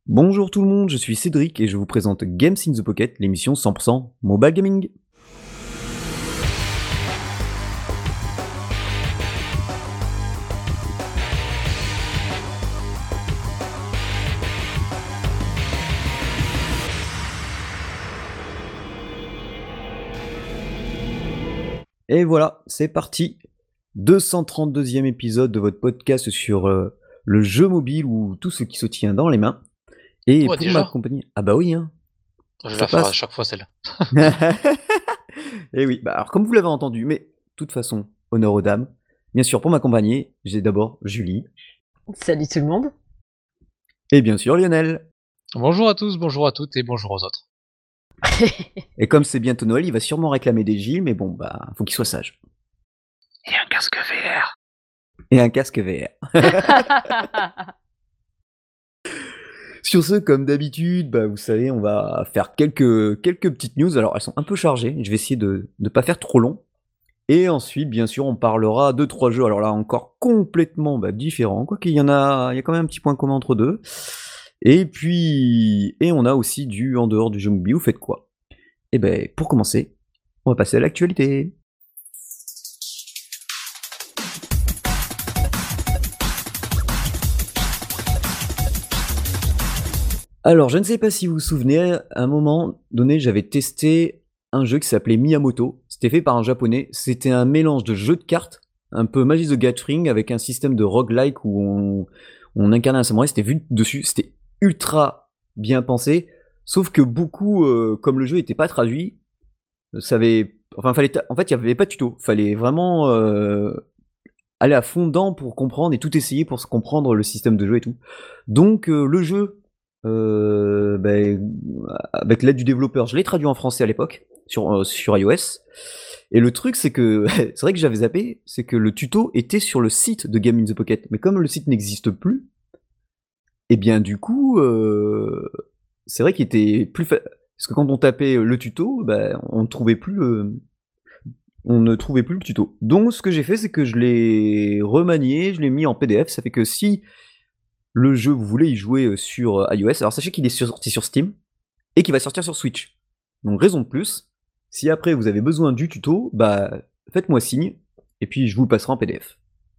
Bonjour tout le monde, je suis Cédric et je vous présente Games in the Pocket, l'émission 100% mobile gaming. Et voilà, c'est parti. 232e épisode de votre podcast sur le jeu mobile ou tout ce qui se tient dans les mains. Et Ouais, pour déjà? m'accompagner... Ah bah oui, hein, Je vais ça la faire à passe. chaque fois celle-là. Et oui, bah alors comme vous l'avez entendu, mais de toute façon, honneur aux dames. Bien sûr, pour m'accompagner, j'ai d'abord Julie Salut tout le monde. et bien sûr Lionel. Bonjour à tous, bonjour à toutes et bonjour aux autres. Et comme c'est bientôt Noël, il va sûrement réclamer des Gilles, mais bon, bah, faut qu'il soit sage. Et un casque VR. Et un casque VR. Sur ce, comme d'habitude, bah, vous savez, on va faire quelques petites news. Alors, elles sont un peu chargées. Je vais essayer de ne pas faire trop long. Et ensuite, bien sûr, on parlera de 3 jeux. Alors là, encore complètement différents. Quoique, il y a quand même un petit point commun entre deux. Et puis, on a aussi du en dehors du jeu mobile. Vous faites quoi? Et ben, pour commencer, on va passer à l'actualité. Alors, je ne sais pas si vous vous souvenez, à un moment donné, j'avais testé un jeu qui s'appelait Miyamoto. C'était fait par un japonais. C'était un mélange de jeu de cartes, un peu Magic the Gathering, avec un système de roguelike où on incarnait un samouraï. C'était vu dessus. C'était ultra bien pensé. Sauf que beaucoup, comme le jeu n'était pas traduit, en fait, il n'y avait pas de tuto. Fallait vraiment aller à fond dedans pour comprendre et tout essayer pour se comprendre le système de jeu et tout. Donc le jeu, avec l'aide du développeur, je l'ai traduit en français à l'époque sur iOS. Et le truc, c'est que c'est vrai que j'avais zappé, c'est que le tuto était sur le site de Game in the Pocket, mais comme le site n'existe plus, et bien du coup, c'est vrai qu'il était parce que quand on tapait le tuto, on ne trouvait plus le tuto. Donc ce que j'ai fait, c'est que je l'ai remanié, je l'ai mis en PDF. Ça fait que si le jeu, vous voulez y jouer sur iOS, alors sachez qu'il est sorti sur Steam et qu'il va sortir sur Switch. Donc raison de plus, si après vous avez besoin du tuto, bah faites-moi signe et puis je vous le passerai en PDF.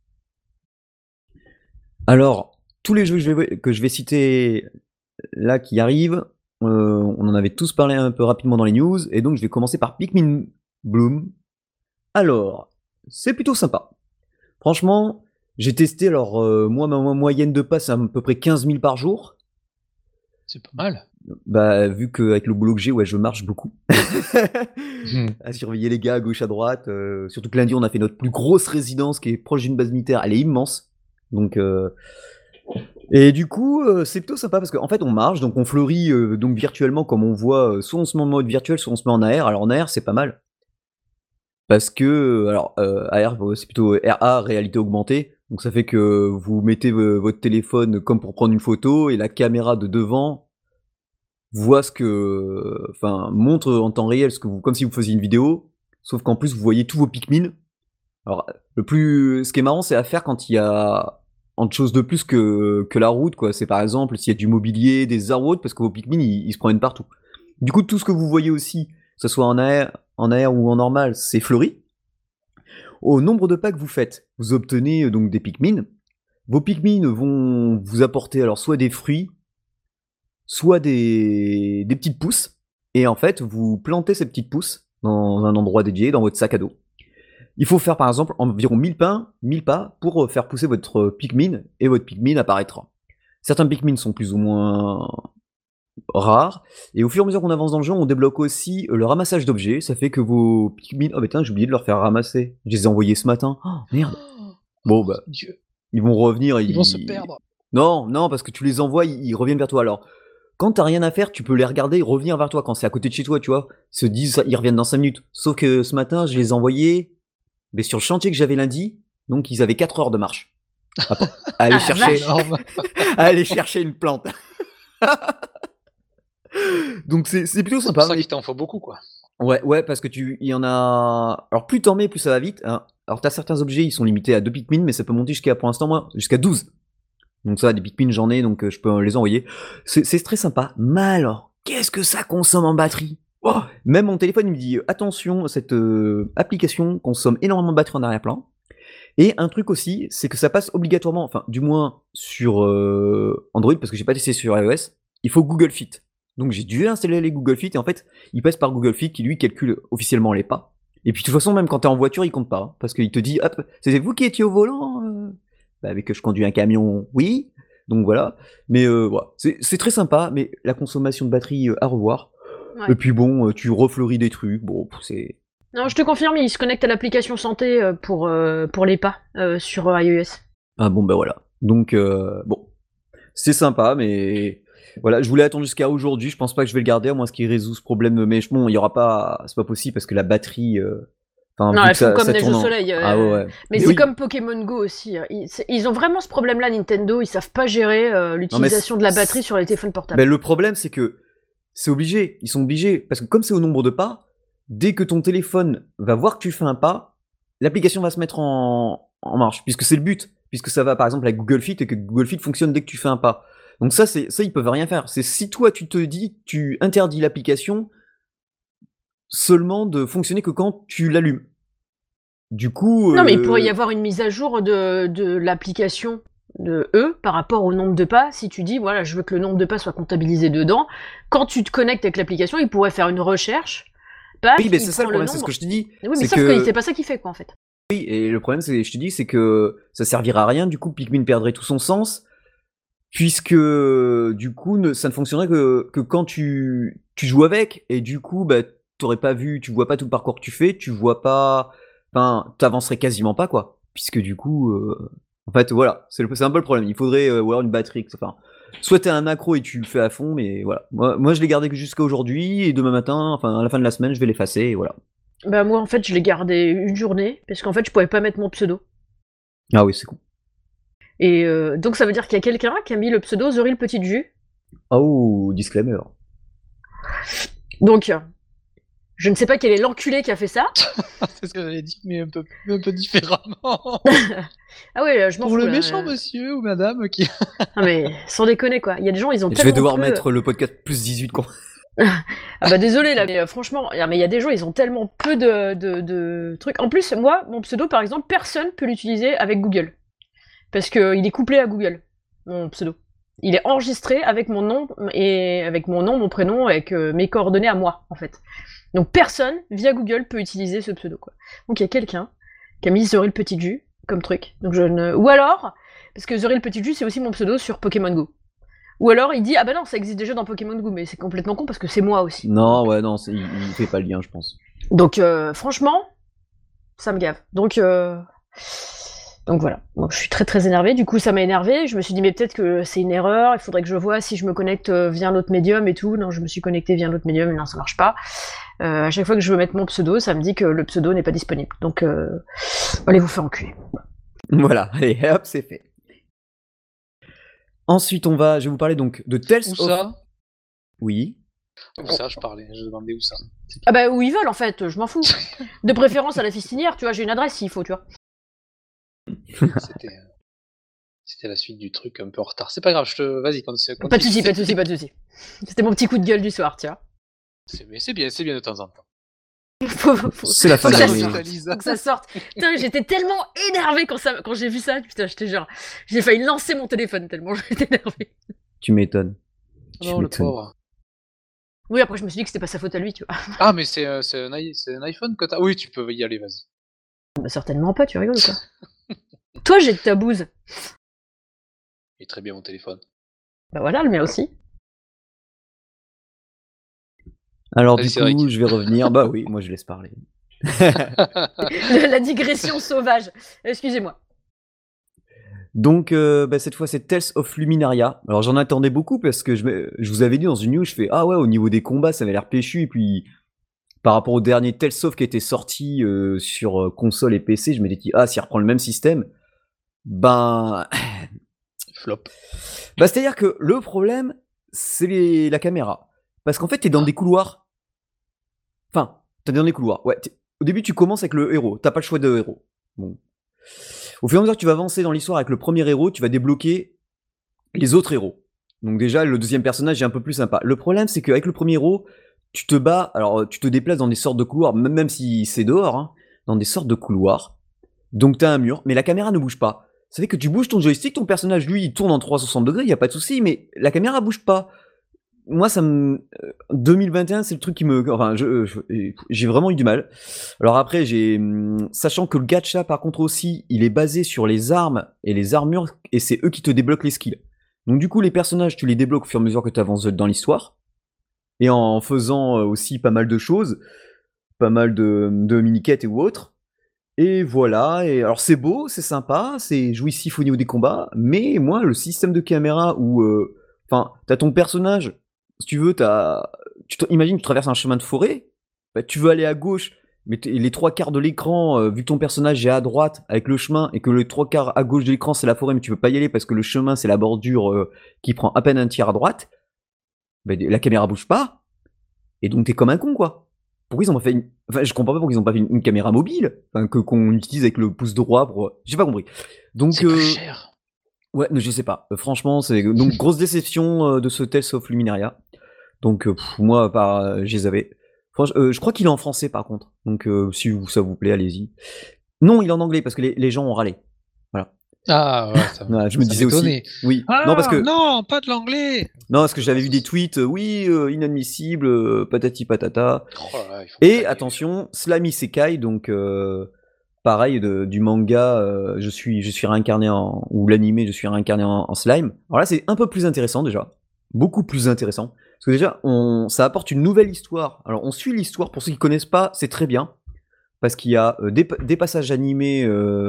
Alors, tous les jeux que je vais citer là qui arrivent, on en avait tous parlé un peu rapidement dans les news, et donc je vais commencer par Pikmin Bloom. Alors, c'est plutôt sympa. Franchement, j'ai testé, alors moi, ma moyenne de passe, c'est à peu près 15 000 par jour. C'est pas mal. Bah, vu qu'avec le boulot que j'ai, ouais, je marche beaucoup. Hmm. À surveiller les gars à gauche, à droite. Surtout que lundi, on a fait notre plus grosse résidence qui est proche d'une base militaire. Elle est immense. Donc, et du coup, c'est plutôt sympa parce qu'en fait, on marche, donc on fleurit donc virtuellement comme on voit. Soit on se met en mode virtuel, soit on se met en AR. Alors en AR, c'est pas mal. Parce que, alors, AR, c'est plutôt RA, réalité augmentée. Donc ça fait que vous mettez votre téléphone comme pour prendre une photo et la caméra de devant voit enfin, montre en temps réel comme si vous faisiez une vidéo. Sauf qu'en plus, vous voyez tous vos Pikmin. Alors, ce qui est marrant, c'est à faire quand il y a autre chose de plus que la route, quoi. C'est par exemple s'il y a du mobilier, des arbres, parce que vos Pikmin, ils se promènent partout. Du coup, tout ce que vous voyez aussi, que ce soit en AR ou en normal, c'est fleuri. Au nombre de pas que vous faites, vous obtenez donc des Pikmin. Vos Pikmin vont vous apporter alors soit des fruits, soit des petites pousses. Et en fait, vous plantez ces petites pousses dans un endroit dédié, dans votre sac à dos. Il faut faire par exemple environ 1000 pas pour faire pousser votre Pikmin, et votre Pikmin apparaîtra. Certains Pikmin sont plus ou moins rares, et au fur et à mesure qu'on avance dans le jeu, on débloque aussi le ramassage d'objets. Ça fait que vos Pikmin... Oh putain, j'ai oublié de leur faire ramasser. Je les ai envoyés ce matin. Oh merde. Bon Oh, bah, Dieu. ils vont revenir. Ils vont se perdre. Non, non, parce que tu les envoies, ils reviennent vers toi. Alors, quand t'as rien à faire, tu peux les regarder revenir vers toi. Quand c'est à côté de chez toi, tu vois, ils se disent, ils reviennent dans 5 minutes. Sauf que ce matin, je les ai envoyés mais sur le chantier que j'avais lundi, donc ils avaient 4 heures de marche. À aller, chercher, Énorme. à aller chercher une plante. Donc c'est plutôt C'est pour sympa. ça Mais... qu'il t'en faut beaucoup, quoi. Ouais, parce que il y en a. Alors plus t'en mets, plus ça va vite. Hein. Alors t'as certains objets, ils sont limités à 2 Pikmin, mais ça peut monter jusqu'à, pour l'instant, moi, jusqu'à 12. Donc ça, des Pikmin, j'en ai, donc je peux les envoyer. C'est très sympa. Mais alors, qu'est-ce que ça consomme en batterie? Oh, même mon téléphone, il me dit attention, cette application consomme énormément de batterie en arrière-plan. Et un truc aussi, c'est que ça passe obligatoirement, enfin, du moins sur Android, parce que j'ai pas testé sur iOS, il faut Google Fit. Donc j'ai dû installer les Google Fit, et en fait, il passe par Google Fit qui lui calcule officiellement les pas. Et puis de toute façon, même quand t'es en voiture, il compte pas, hein, parce qu'il te dit, hop, c'est vous qui étiez au volant Bah, avec que je conduis un camion, oui. Donc voilà. Mais voilà, c'est très sympa, mais la consommation de batterie à revoir. Ouais. Et puis bon, tu refleuris des trucs, bon, c'est... Non, je te confirme, il se connecte à l'application santé pour les pas sur iOS. Ah bon, bah voilà. Donc, bon, c'est sympa, mais voilà, je voulais attendre jusqu'à aujourd'hui. Je pense pas que je vais le garder, à moins qu'il résout ce problème. Mais bon, il y aura pas, c'est pas possible parce que la batterie, Non, vu elles que font comme ça neige tourne au en... soleil. Ah ouais, ouais. Mais Mais c'est oui. comme Pokémon Go aussi. Ils ont vraiment ce problème-là, Nintendo. Ils savent pas gérer l'utilisation de la batterie sur les téléphones portables. Ben, le problème, c'est que c'est obligé. Ils sont obligés. Parce que comme c'est au nombre de pas, dès que ton téléphone va voir que tu fais un pas, l'application va se mettre en marche. Puisque c'est le but. Puisque ça va, par exemple, avec Google Fit et que Google Fit fonctionne dès que tu fais un pas. Donc ça, ils peuvent rien faire. C'est si toi, tu te dis, tu interdis l'application seulement de fonctionner que quand tu l'allumes. Du coup... Non, mais il pourrait y avoir une mise à jour de l'application de eux par rapport au nombre de pas. Si tu dis, voilà, je veux que le nombre de pas soit comptabilisé dedans, quand tu te connectes avec l'application, il pourrait faire une recherche. Paf, Oui, mais il c'est ça le prend problème, nombre. c'est ce que je te dis. Oui, mais C'est sauf que... que c'est pas ça qu'il fait, quoi, en fait. Oui, et le problème, c'est, je te dis, c'est que ça servira à rien, du coup, Pikmin perdrait tout son sens, puisque, du coup, ça ne fonctionnerait que quand tu joues avec, et du coup, bah, t'aurais pas vu, tu vois pas tout le parcours que tu fais, tu vois pas, enfin, t'avancerais quasiment pas, quoi, puisque du coup, en fait, voilà, c'est un peu le problème, il faudrait avoir une batterie, enfin, soit t'es un accro et tu le fais à fond, mais voilà, moi je l'ai gardé jusqu'à aujourd'hui, et demain matin, enfin, à la fin de la semaine, je vais l'effacer, et voilà. Bah, moi, en fait, je l'ai gardé une journée, parce qu'en fait, je pouvais pas mettre mon pseudo. Ah oui, c'est con. Et donc, ça veut dire qu'il y a quelqu'un qui a mis le pseudo Zoril Petite Jus. Oh, disclaimer. Donc, je ne sais pas quel est l'enculé qui a fait ça. C'est ce que j'allais dire, mais un peu différemment. Ah ouais, je m'en fous. Pour le là. méchant monsieur ou madame qui... Non mais, sans déconner, quoi. Il y a des gens, ils ont Je tellement vais devoir peu... mettre le podcast plus 18 quoi. Ah bah désolé là, mais franchement, mais il y a des gens, ils ont tellement peu de trucs. En plus, moi, mon pseudo, par exemple, personne peut l'utiliser avec Google. Parce que il est couplé à Google, mon pseudo. Il est enregistré avec mon nom, mon prénom, avec mes coordonnées à moi, en fait. Donc personne, via Google, peut utiliser ce pseudo, quoi. Donc il y a quelqu'un qui a mis Zoril Petit Jus comme truc. Donc je ne... Ou alors, parce que Zoril Petit Jus, c'est aussi mon pseudo sur Pokémon Go. Ou alors il dit, ah bah non, ça existe déjà dans Pokémon Go, mais c'est complètement con parce que c'est moi aussi. Non, ouais, non, il fait pas le lien, je pense. Donc franchement, ça me gave. Donc voilà. Donc je suis très très énervée. Du coup, ça m'a énervée. Je me suis dit, mais peut-être que c'est une erreur. Il faudrait que je vois si je me connecte via un autre médium et tout. Non, je me suis connectée via un autre médium, mais non, ça marche pas. À chaque fois que je veux mettre mon pseudo, ça me dit que le pseudo n'est pas disponible. Donc allez vous faire enculer. Voilà, allez, hop, c'est fait. Ensuite, je vais vous parler donc de Tales Où of... ça? Oui. Où ça, je demandais où ça. Ah bah où ils veulent en fait, je m'en fous. De préférence à la fistinière, tu vois, j'ai une adresse s'il faut, tu vois. C'était la suite du truc un peu en retard. C'est pas grave, vas-y, continue. Pas de soucis, pas de soucis, pas de soucis. C'était mon petit coup de gueule du soir, tu vois. Mais c'est bien de temps en temps. C'est la fin de l'année. Faut que ça sorte. Putain, j'étais tellement énervée quand j'ai vu ça. Putain, je te jure. J'ai failli lancer mon téléphone tellement j'étais énervée. Tu m'étonnes. Non, le pauvre. Oui, après, je me suis dit que c'était pas sa faute à lui, tu vois. Ah, mais c'est un iPhone que t'as. Oui, tu peux y aller, vas-y. Bah, certainement pas, tu rigoles, quoi. Toi, j'ai de ta bouse. Il est très bien mon téléphone. Bah voilà, le mien aussi. Alors, Vas-y, du Cédric. coup, je vais revenir. Bah oui, moi je laisse parler. La digression sauvage. Excusez-moi. Donc, cette fois, c'est Tales of Luminaria. Alors, j'en attendais beaucoup parce que je vous avais dit dans une news, je fais ah ouais, au niveau des combats, ça avait l'air péchu. Et puis, par rapport au dernier Tales of qui était sorti sur console et PC, je m'étais dit ah, s'il reprend le même système, ben. Flop. Bah, c'est-à-dire que le problème, c'est la caméra. Parce qu'en fait, t'es dans des couloirs. Enfin, t'es dans des couloirs. Ouais, au début, tu commences avec le héros. T'as pas le choix de héros. Bon. Au fur et à mesure que tu vas avancer dans l'histoire avec le premier héros, tu vas débloquer les autres héros. Donc déjà, le deuxième personnage est un peu plus sympa. Le problème, c'est qu'avec le premier héros, tu te bats, alors tu te déplaces dans des sortes de couloirs, même si c'est dehors, hein, dans des sortes de couloirs. Donc t'as un mur, mais la caméra ne bouge pas. Ça fait que tu bouges ton joystick, ton personnage, lui, il tourne en 360 degrés, il y a pas de souci, mais la caméra bouge pas. Moi, 2021, c'est le truc qui me... Enfin, j'ai vraiment eu du mal. Alors après, sachant que le gacha, par contre aussi, il est basé sur les armes et les armures, et c'est eux qui te débloquent les skills. Donc du coup, les personnages, tu les débloques au fur et à mesure que tu avances dans l'histoire, et en faisant aussi pas mal de choses, pas mal de mini-quêtes et ou autres. Et voilà, et alors c'est beau, c'est sympa, c'est jouissif au niveau des combats, mais moi, le système de caméra où... Enfin, t'as ton personnage, si tu veux, imagine, tu traverses un chemin de forêt, bah, tu veux aller à gauche, mais les trois quarts de l'écran, vu que ton personnage est à droite avec le chemin, et que les trois quarts à gauche de l'écran c'est la forêt, mais tu peux pas y aller parce que le chemin c'est la bordure qui prend à peine un tiers à droite, bah, la caméra bouge pas, et donc t'es comme un con, quoi. Pourquoi ils ont pas fait une... Enfin, je comprends pas pourquoi ils ont pas fait une caméra mobile, enfin, qu'on utilise avec le pouce droit pour... J'ai pas compris. Donc, C'est plus cher. ouais, mais je sais pas. Franchement, c'est donc grosse déception de ce Tales of Luminaria. Donc moi, je les avais. Je crois qu'il est en français par contre. Donc si ça vous plaît, allez-y. Non, il est en anglais parce que les gens ont râlé. Voilà. Ah ouais, ça Voilà, je me disais aussi. m'étonnait. Oui. Ah Non parce que non, pas de l'anglais. non parce que j'avais vu des tweets. Oui, inadmissible, patati patata. Oh là là, il faut Et tailler. attention, Slime Isekai, donc pareil du manga, je suis réincarné ou l'animé, je suis réincarné en slime. Alors là, c'est un peu plus intéressant déjà, beaucoup plus intéressant, parce que déjà, ça apporte une nouvelle histoire. Alors on suit l'histoire, pour ceux qui connaissent pas, c'est très bien, parce qu'il y a des passages animés,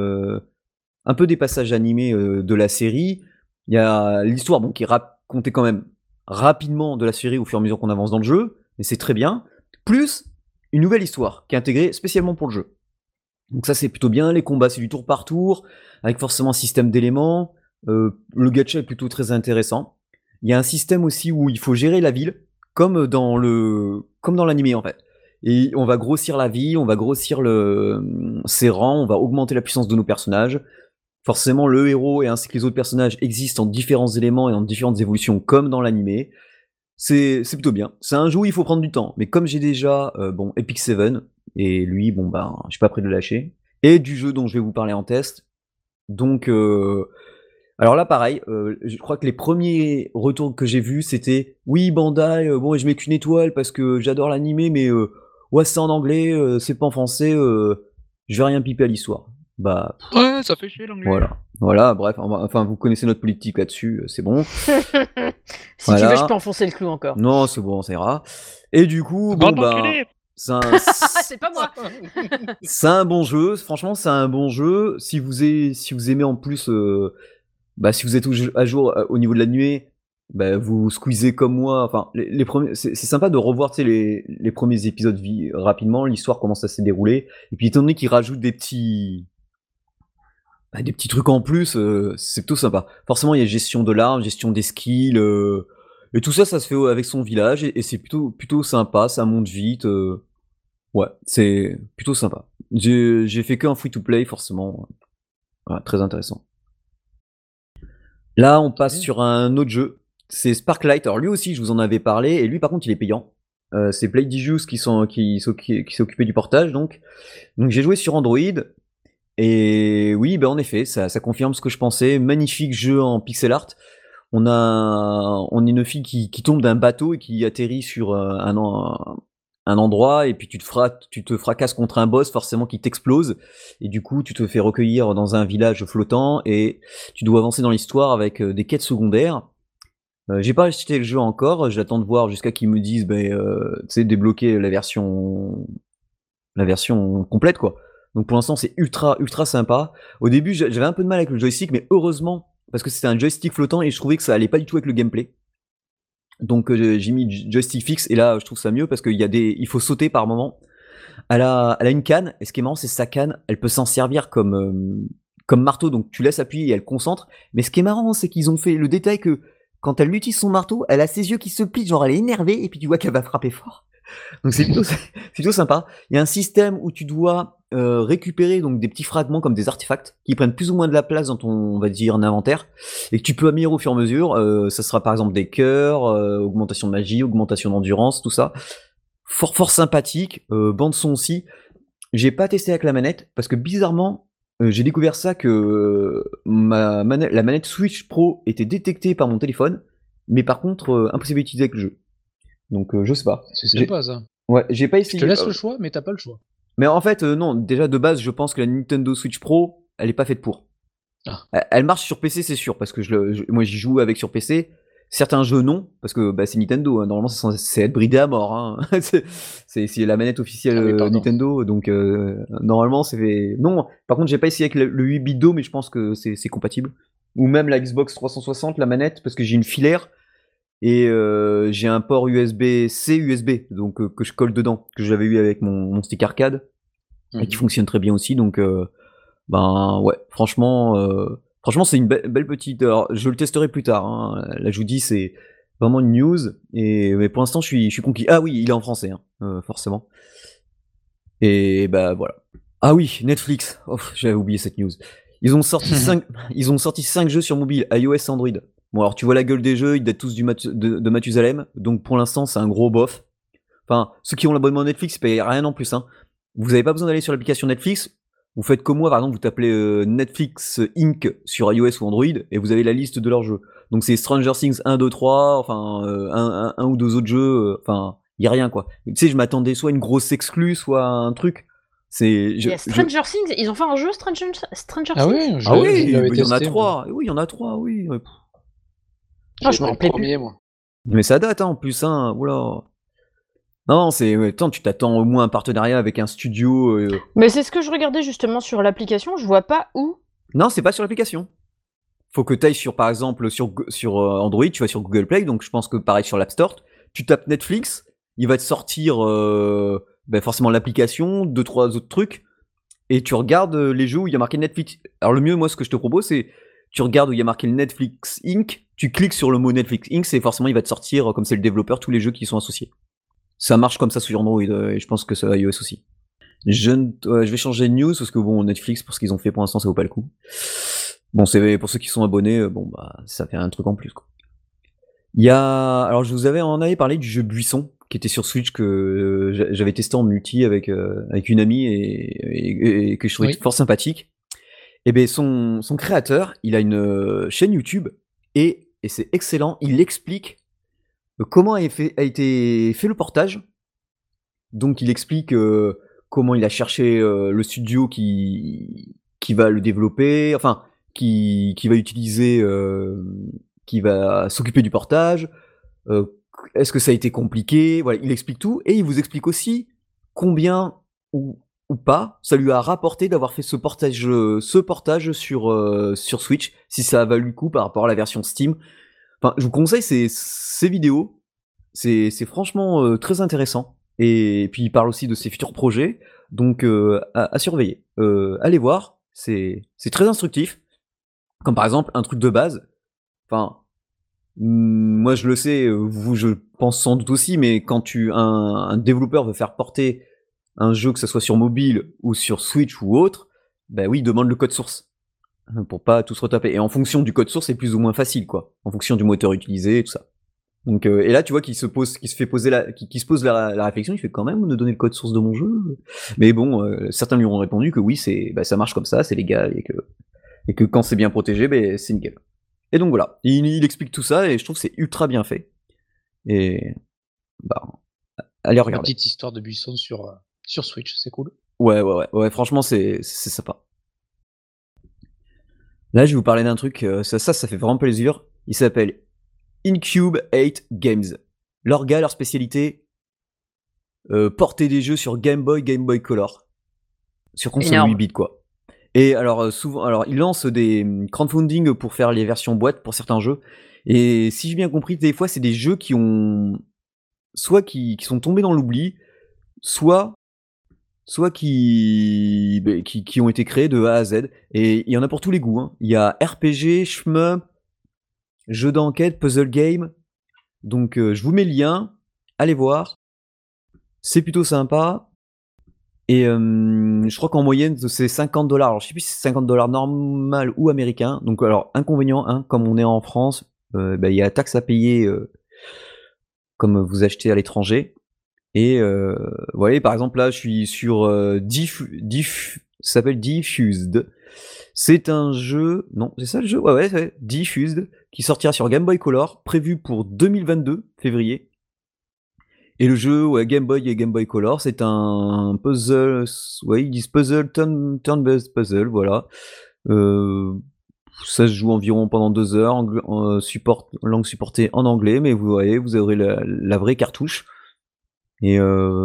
un peu des passages animés de la série. Il y a l'histoire, bon, qui est racontée quand même rapidement de la série au fur et à mesure qu'on avance dans le jeu, mais c'est très bien. Plus une nouvelle histoire qui est intégrée spécialement pour le jeu. Donc ça c'est plutôt bien, les combats c'est du tour par tour, avec forcément un système d'éléments, le gacha est plutôt très intéressant. Il y a un système aussi où il faut gérer la ville, comme dans l'animé en fait. Et on va grossir la ville, on va grossir ses rangs, on va augmenter la puissance de nos personnages. Forcément le héros et ainsi que les autres personnages existent en différents éléments et en différentes évolutions comme dans l'animé. C'est plutôt bien. C'est un jeu où il faut prendre du temps, mais comme j'ai déjà Epic 7, et lui, bon ben, je suis pas prêt de le lâcher. Et du jeu dont je vais vous parler en test. Donc, alors là, pareil, je crois que les premiers retours que j'ai vus, c'était oui, Bandai, bon, je mets qu'une étoile parce que j'adore l'animé, mais ouais, c'est en anglais, c'est pas en français, je vais rien piper à l'histoire. Bah, Ouais, ça fait chier l'anglais. voilà, bref, enfin, vous connaissez notre politique là-dessus, c'est bon. Si tu veux, je Voilà. peux enfoncer le clou encore. Non, c'est bon, ça ira. Et du coup, bon, Bande ben, d'enculés. C'est pas moi. c'est un bon jeu. Franchement, c'est un bon jeu. Si vous aimez en plus, si vous êtes à jour au niveau de la nuée, bah, vous squeezez comme moi. Enfin, les premiers, c'est sympa de revoir, tu sais, les premiers épisodes rapidement. L'histoire commence à se dérouler. Et puis, étant donné qu'ils rajoutent des petits trucs en plus, c'est plutôt sympa. Forcément, il y a gestion de l'arme, gestion des skills, et tout ça, ça se fait avec son village, et c'est plutôt sympa, ça monte vite. Ouais, c'est plutôt sympa. J'ai fait qu'un free-to-play, forcément. Voilà, très intéressant. Là, on passe sur un autre jeu. C'est Sparklight. Alors lui aussi, je vous en avais parlé, et lui, par contre, il est payant. C'est Playdigious qui s'est occupé du portage, donc. Donc j'ai joué sur Android. Et oui, ben en effet, ça confirme ce que je pensais. Magnifique jeu en pixel art. On est une fille qui tombe d'un bateau et qui atterrit sur un endroit, et puis tu te fracasses contre un boss forcément qui t'explose, et du coup tu te fais recueillir dans un village flottant et tu dois avancer dans l'histoire avec des quêtes secondaires. J'ai pas acheté le jeu encore, j'attends de voir jusqu'à qu'ils me disent tu sais, débloquer la version complète, quoi. Donc pour l'instant c'est ultra sympa. Au début j'avais un peu de mal avec le joystick, mais heureusement, parce que c'était un joystick flottant et je trouvais que ça allait pas du tout avec le gameplay. Donc j'ai mis joystick fixe, et là je trouve ça mieux parce il faut sauter par moment. Elle a une canne, et ce qui est marrant, c'est sa canne, elle peut s'en servir comme marteau, donc tu laisses appuyer et elle concentre. Mais ce qui est marrant, c'est qu'ils ont fait le détail que quand elle utilise son marteau, elle a ses yeux qui se plient, genre elle est énervée, et puis tu vois qu'elle va frapper fort. Donc c'est plutôt sympa. Il y a un système où tu dois récupérer donc des petits fragments comme des artefacts qui prennent plus ou moins de la place dans ton, on va dire, inventaire et que tu peux améliorer au fur et à mesure. Ça sera par exemple des cœurs, augmentation de magie, augmentation d'endurance, tout ça. Fort sympathique. Bande son aussi. J'ai pas testé avec la manette parce que bizarrement, j'ai découvert ça que la manette Switch Pro était détectée par mon téléphone, mais par contre impossible à utiliser avec le jeu. Donc je sais pas. C'est sympa ça. Ouais, j'ai pas Je essayé. te laisse le choix, mais t'as pas le choix. Mais en fait, non, déjà de base, je pense que la Nintendo Switch Pro, elle est pas faite pour. Ah. Elle marche sur PC, c'est sûr, parce que moi j'y joue avec sur PC. Certains jeux non, parce que bah, c'est Nintendo. Hein. Normalement, c'est être bridé à mort. Hein. c'est la manette officielle Nintendo, donc normalement c'est non. Par contre, j'ai pas essayé avec le 8 bit do, mais je pense que c'est compatible. Ou même la Xbox 360, la manette, parce que j'ai une filaire et j'ai un port USB-C USB, donc que je colle dedans, que j'avais eu avec mon stick arcade et qui fonctionne très bien aussi. Donc ben ouais, franchement c'est une belle petite. Alors, je le testerai plus tard. Hein. Là, je vous dis, c'est vraiment une news. Mais pour l'instant, je suis conquis. Ah oui, il est en français, hein, forcément. Et bah voilà. Ah oui, Netflix. Oh, j'avais oublié cette news. Ils ont sorti 5 jeux sur mobile, iOS et Android. Bon, alors tu vois la gueule des jeux, ils datent tous de Mathusalem. Donc pour l'instant, c'est un gros bof. Enfin, ceux qui ont l'abonnement Netflix, ils payent rien en plus. Hein. Vous n'avez pas besoin d'aller sur l'application Netflix. Vous faites comme moi, par exemple, vous tapez Netflix Inc. sur iOS ou Android et vous avez la liste de leurs jeux. Donc c'est Stranger Things 1, 2, 3, enfin un ou deux autres jeux, enfin il y a rien quoi. Tu sais, je m'attendais soit à une grosse exclue, soit à un truc. Il y a Stranger Things, ils ont fait un jeu Stranger ah Things. Oui, ah oui, il y en a 3. Oui, il y en a 3, oui. Ah, je me rappelais plus. Moi. Mais ça date hein, en plus, hein. Oula. Non, attends, tu t'attends au moins un partenariat avec un studio. Mais c'est ce que je regardais justement sur l'application, je vois pas où. Non, c'est pas sur l'application. Faut que tu ailles sur, par exemple, sur Android, tu vas sur Google Play, donc je pense que pareil sur l'App Store, tu tapes Netflix, il va te sortir forcément l'application, 2-3 autres trucs, et tu regardes les jeux où il y a marqué Netflix. Alors le mieux, moi, ce que je te propose, c'est tu regardes où il y a marqué Netflix Inc., tu cliques sur le mot Netflix Inc., c'est forcément, il va te sortir, comme c'est le développeur, tous les jeux qui y sont associés. Ça marche comme ça sur Android, et je pense que ça va iOS aussi. Je vais changer de news, parce que bon, Netflix, pour ce qu'ils ont fait pour l'instant, ça vaut pas le coup. Bon, c'est pour ceux qui sont abonnés, bon bah ça fait un truc en plus quoi. Il y a, alors je vous avais parlé du jeu Buisson qui était sur Switch que j'avais testé en multi avec une amie et que je trouvais fort sympathique. Et ben son créateur, il a une chaîne YouTube et c'est excellent. Il explique comment a été fait le portage. Donc il explique comment il a cherché le studio qui va le développer, enfin qui va utiliser, qui va s'occuper du portage. Est-ce que ça a été compliqué? Voilà, il explique tout et il vous explique aussi combien ou pas ça lui a rapporté d'avoir fait ce portage sur Switch, si ça a valu le coup par rapport à la version Steam. Enfin, je vous conseille ces vidéos, c'est franchement très intéressant. Et puis il parle aussi de ses futurs projets, donc à surveiller. Allez voir, c'est très instructif. Comme par exemple un truc de base. Enfin, moi je le sais, vous je pense sans doute aussi, mais quand un développeur veut faire porter un jeu, que ce soit sur mobile ou sur Switch ou autre, bah oui, il demande le code source pour pas tout se retaper. Et en fonction du code source, c'est plus ou moins facile, quoi. En fonction du moteur utilisé et tout ça. Donc, et là, tu vois qu'il se pose la réflexion, il fait quand même de donner le code source de mon jeu. Mais bon, certains lui ont répondu que oui, ça marche comme ça, c'est légal et que quand c'est bien protégé, c'est nickel. Et donc voilà, il explique tout ça et je trouve que c'est ultra bien fait. Et bah, allez regarder. Une petite histoire de Buisson sur Switch, c'est cool. Ouais, franchement, c'est sympa. Là, je vais vous parler d'un truc, ça fait vraiment plaisir. Il s'appelle Incube 8 Games. Leur spécialité, porter des jeux sur Game Boy Color. Sur console 8 bits, quoi. Et alors, souvent, ils lancent des crowdfunding pour faire les versions boîte pour certains jeux. Et si j'ai bien compris, des fois, c'est des jeux qui sont tombés dans l'oubli, soit qui ont été créés de A à Z. Et il y en a pour tous les goûts. Hein. Il y a RPG, shmup, jeu d'enquête, puzzle game. Donc je vous mets le lien, allez voir. C'est plutôt sympa. Et je crois qu'en moyenne, c'est 50 $. Alors, je sais plus si c'est 50 $ normal ou américain. Donc, alors, inconvénient, hein, comme on est en France, il y a la taxe à payer comme vous achetez à l'étranger. Et vous voyez, par exemple, là, je suis sur ça s'appelle Diffused. C'est un jeu, non, c'est ça le jeu? Ouais, c'est Diffused, qui sortira sur Game Boy Color, prévu pour 2022, février. Et le jeu, ouais, Game Boy et Game Boy Color, c'est un puzzle, ouais, ils disent puzzle, turn-based puzzle, voilà. Ça se joue environ pendant 2 heures, langue supportée en anglais, mais vous voyez, vous aurez la vraie cartouche. Et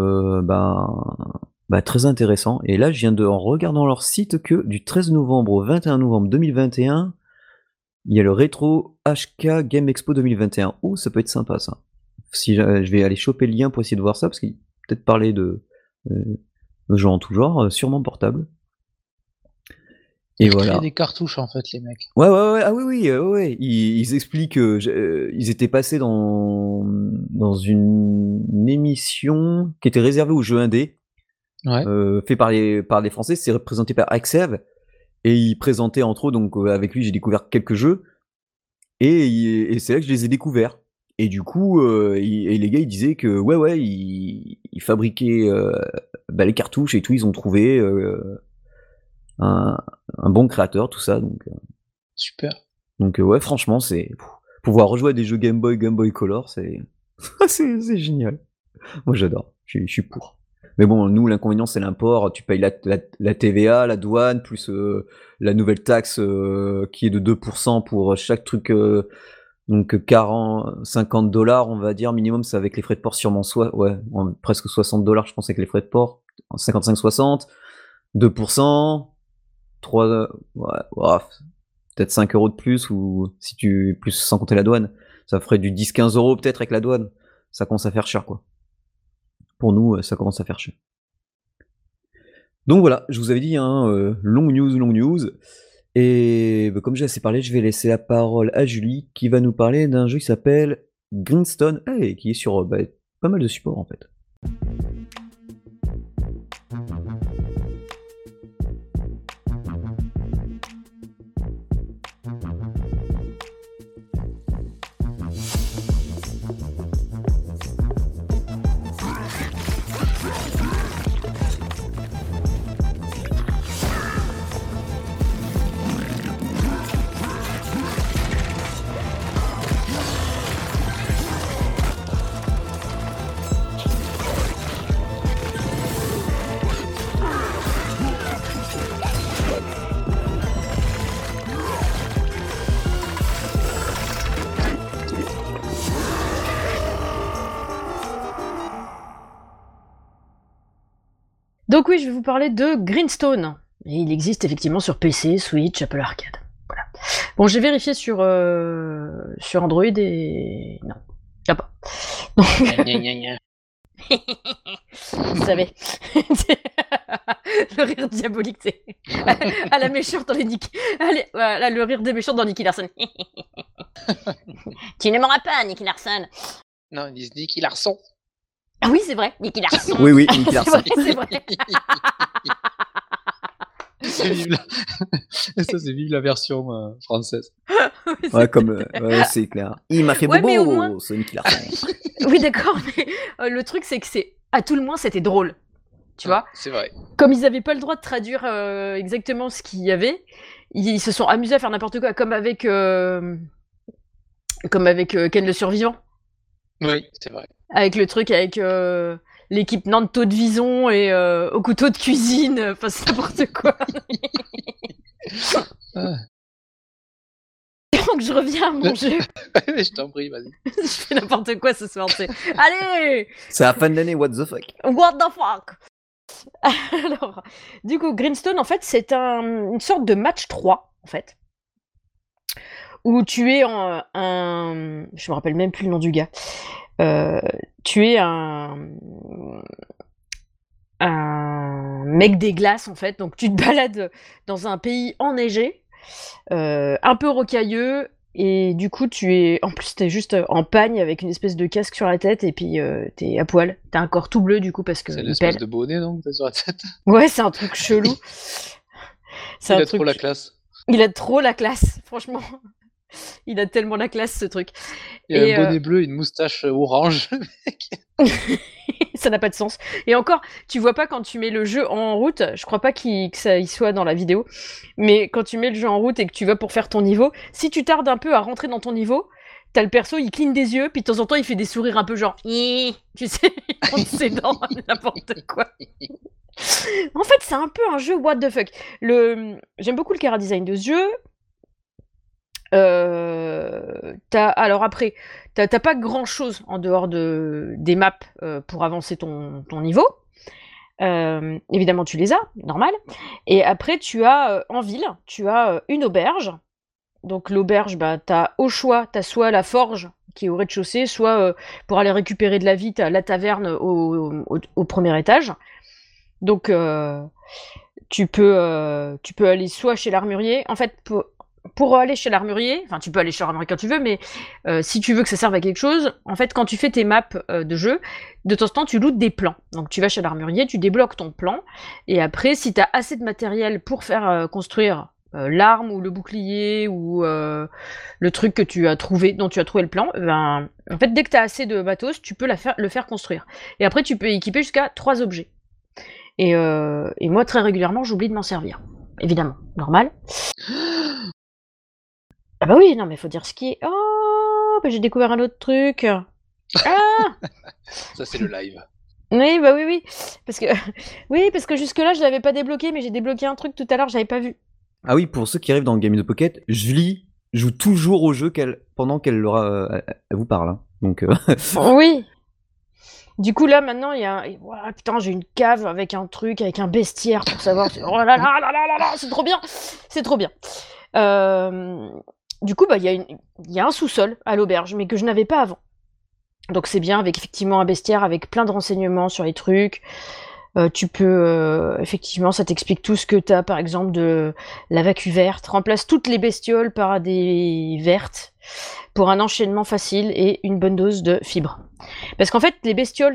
très intéressant. Et là, je viens de, en regardant leur site, que du 13 novembre au 21 novembre 2021, il y a le rétro HK Game Expo 2021. Oh, ça peut être sympa ça. Si je vais aller choper le lien pour essayer de voir ça, parce qu'il peut-être parler de jeux en tout genre, sûrement portable. Et Ils voilà. créent des cartouches en fait, les mecs. Ouais, ah oui, ouais. Ils expliquent ils étaient passés dans une émission qui était réservée aux jeux indés, Ouais. fait par des Français, c'est représenté par Axev, et ils présentaient entre eux, donc avec lui j'ai découvert quelques jeux, et c'est là que je les ai découverts. Et du coup, et les gars ils disaient que ouais, ils fabriquaient les cartouches et tout, ils ont trouvé un bon créateur, tout ça, donc. Super. Donc ouais, franchement, c'est pouvoir rejouer à des jeux Game Boy Color, c'est c'est génial. Moi j'adore, je suis pour. Mais bon, nous l'inconvénient c'est l'import, tu payes la TVA, la douane, plus la nouvelle taxe qui est de 2% pour chaque truc, donc 50 $, on va dire minimum, c'est avec les frais de port sûrement, presque 60 $ je pense avec les frais de port, 55-60, 2%, 3, ouais, peut-être 5 € de plus, ou si tu plus sans compter la douane, ça ferait du 10-15 € peut-être avec la douane. Ça commence à faire cher, quoi. Pour nous, ça commence à faire cher. Donc voilà, je vous avais dit, hein, long news. Et comme j'ai assez parlé, je vais laisser la parole à Julie qui va nous parler d'un jeu qui s'appelle Greenstone, et qui est sur pas mal de supports en fait. Donc oui, je vais vous parler de Greenstone. Et il existe effectivement sur PC, Switch, Apple Arcade. Voilà. Bon, j'ai vérifié sur Android et... non, il n'y a pas. Donc... Vous savez. Le rire diabolique, c'est... à la méchante dans les Nick. Allez, voilà, le rire des méchants dans Nicky Larson. Tu ne m'auras pas, Nicky Larson. Non, ils disent Nicky Larson. Ah oui, c'est vrai, Nicky Larson. Oui, Nicky Larson. C'est vrai. Et ça, c'est vive la version française. Oui, ouais, comme c'est clair. Il m'a fait bobo, mais au moins... ce Nicky Larson. Oui, d'accord, mais le truc, c'est que à tout le moins, c'était drôle. Tu vois ? C'est vrai. Comme ils n'avaient pas le droit de traduire exactement ce qu'il y avait, ils se sont amusés à faire n'importe quoi, comme avec Ken le Survivant. Oui, c'est vrai. Avec le truc avec l'équipe Nanto de Vison et au couteau de cuisine, enfin c'est n'importe quoi. Donc je reviens à mon jeu. Je t'en prie, vas-y. Je fais n'importe quoi ce soir, c'est. Allez. C'est la fin d'année, what the fuck. What the fuck. Alors, du coup, Greenstone, en fait, c'est une sorte de match 3, en fait. Où tu es je me rappelle même plus le nom du gars. Tu es un mec des glaces, en fait. Donc, tu te balades dans un pays enneigé, un peu rocailleux, Et du coup, en plus, t'es juste en pagne avec une espèce de casque sur la tête et puis t'es à poil. T'as un corps tout bleu du coup parce que C'est il l'espèce pèle. de bonnet, donc, que t'as sur la tête. Ouais, c'est un truc chelou. C'est Il un a trop truc. la classe. Il a trop la classe, franchement. Il a tellement la classe ce truc. Il a Et un bonnet bleu et une moustache orange. ça n'a pas de sens. Et encore, tu vois pas quand tu mets le jeu en route, je crois pas que ça y soit dans la vidéo, mais quand tu mets le jeu en route et que tu vas pour faire ton niveau, si tu tardes un peu à rentrer dans ton niveau, t'as le perso, il cligne des yeux, puis de temps en temps, il fait des sourires un peu genre, tu sais, il monte ses dents, n'importe quoi. En fait, c'est un peu un jeu what the fuck. J'aime beaucoup le chara design de ce jeu. Alors après, t'as pas grand chose en dehors des maps pour avancer ton niveau. Évidemment, tu les as, normal. Et après, tu as en ville, tu as une auberge. Donc l'auberge, bah, t'as au choix, t'as soit la forge qui est au rez-de-chaussée, soit pour aller récupérer de la vie, t'as la taverne au premier étage. Donc tu peux aller soit chez l'armurier. En fait, pour aller chez l'armurier, enfin tu peux aller chez l'armurier quand tu veux, mais si tu veux que ça serve à quelque chose, en fait quand tu fais tes maps de jeu, de temps en temps tu lootes des plans. Donc tu vas chez l'armurier, tu débloques ton plan, et après si t'as assez de matériel pour faire construire l'arme ou le bouclier ou le truc que tu as trouvé, dont tu as trouvé le plan, ben, en fait dès que t'as assez de matos, tu peux le faire construire. Et après tu peux équiper jusqu'à 3 objets. Et moi très régulièrement j'oublie de m'en servir. Évidemment, normal. Ah bah oui, non mais faut dire ce qui est. Oh, bah j'ai découvert un autre truc. Ah Ça, c'est le live. oui, bah oui, oui. Parce que oui, parce que jusque-là je l'avais pas débloqué, mais j'ai débloqué un truc tout à l'heure, j'avais pas vu. Ah oui, pour ceux qui arrivent dans Game of the Pocket, Julie joue toujours au jeu pendant qu'elle elle vous parle. Hein. Donc, Oui. Du coup là maintenant il y a. Ouah, putain, j'ai une cave avec un truc, avec un bestiaire pour savoir. Oh là là là là là là, c'est trop bien, c'est trop bien. Du coup bah il y a un sous-sol à l'auberge, mais que je n'avais pas avant. Donc c'est bien, avec effectivement un bestiaire avec plein de renseignements sur les trucs. Tu peux effectivement, ça t'explique tout ce que t'as, par exemple de la vacue verte. Remplace toutes les bestioles par des vertes pour un enchaînement facile et une bonne dose de fibres. Parce qu'en fait, les bestioles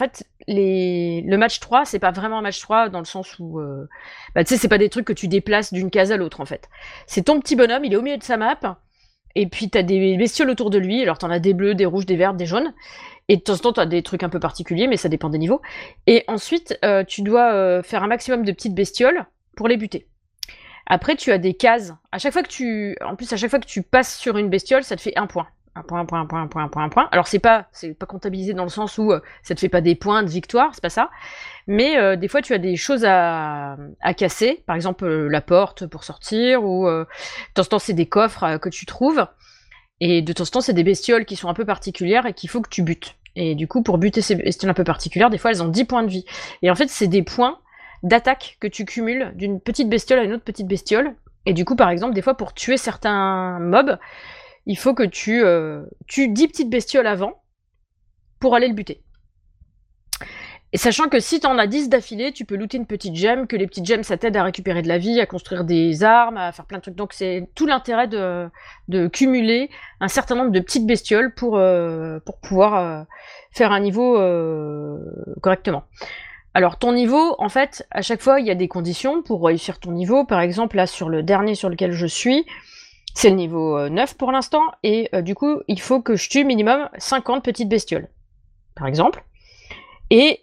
le match 3, c'est pas vraiment un match 3 dans le sens où, bah, tu sais, c'est pas des trucs que tu déplaces d'une case à l'autre en fait. C'est ton petit bonhomme, il est au milieu de sa map. Et puis t'as des bestioles autour de lui, alors t'en as des bleus, des rouges, des verts, des jaunes. Et de temps en temps t'as des trucs un peu particuliers, mais ça dépend des niveaux. Et ensuite, tu dois faire un maximum de petites bestioles pour les buter. Après, tu as des cases. À chaque fois que tu passes sur une bestiole, ça te fait un point. Un point, un point, un point, un point, un point, un point. Alors c'est pas comptabilisé dans le sens où ça te fait pas des points de victoire, c'est pas ça. Mais des fois tu as des choses à casser, par exemple la porte pour sortir, ou de temps en temps c'est des coffres que tu trouves, et de temps en temps c'est des bestioles qui sont un peu particulières et qu'il faut que tu butes. Et du coup pour buter ces bestioles un peu particulières, des fois elles ont 10 points de vie. Et en fait c'est des points d'attaque que tu cumules d'une petite bestiole à une autre petite bestiole. Et du coup par exemple des fois pour tuer certains mobs, il faut que tu tues 10 petites bestioles avant pour aller le buter. Et sachant que si t'en as 10 d'affilée, tu peux looter une petite gemme, que les petites gemmes ça t'aide à récupérer de la vie, à construire des armes, à faire plein de trucs. Donc c'est tout l'intérêt de cumuler un certain nombre de petites bestioles pour pouvoir faire un niveau correctement. Alors ton niveau, en fait, à chaque fois il y a des conditions pour réussir ton niveau. Par exemple là sur le dernier sur lequel je suis, c'est le niveau 9 pour l'instant, et du coup il faut que je tue minimum 50 petites bestioles, par exemple. Et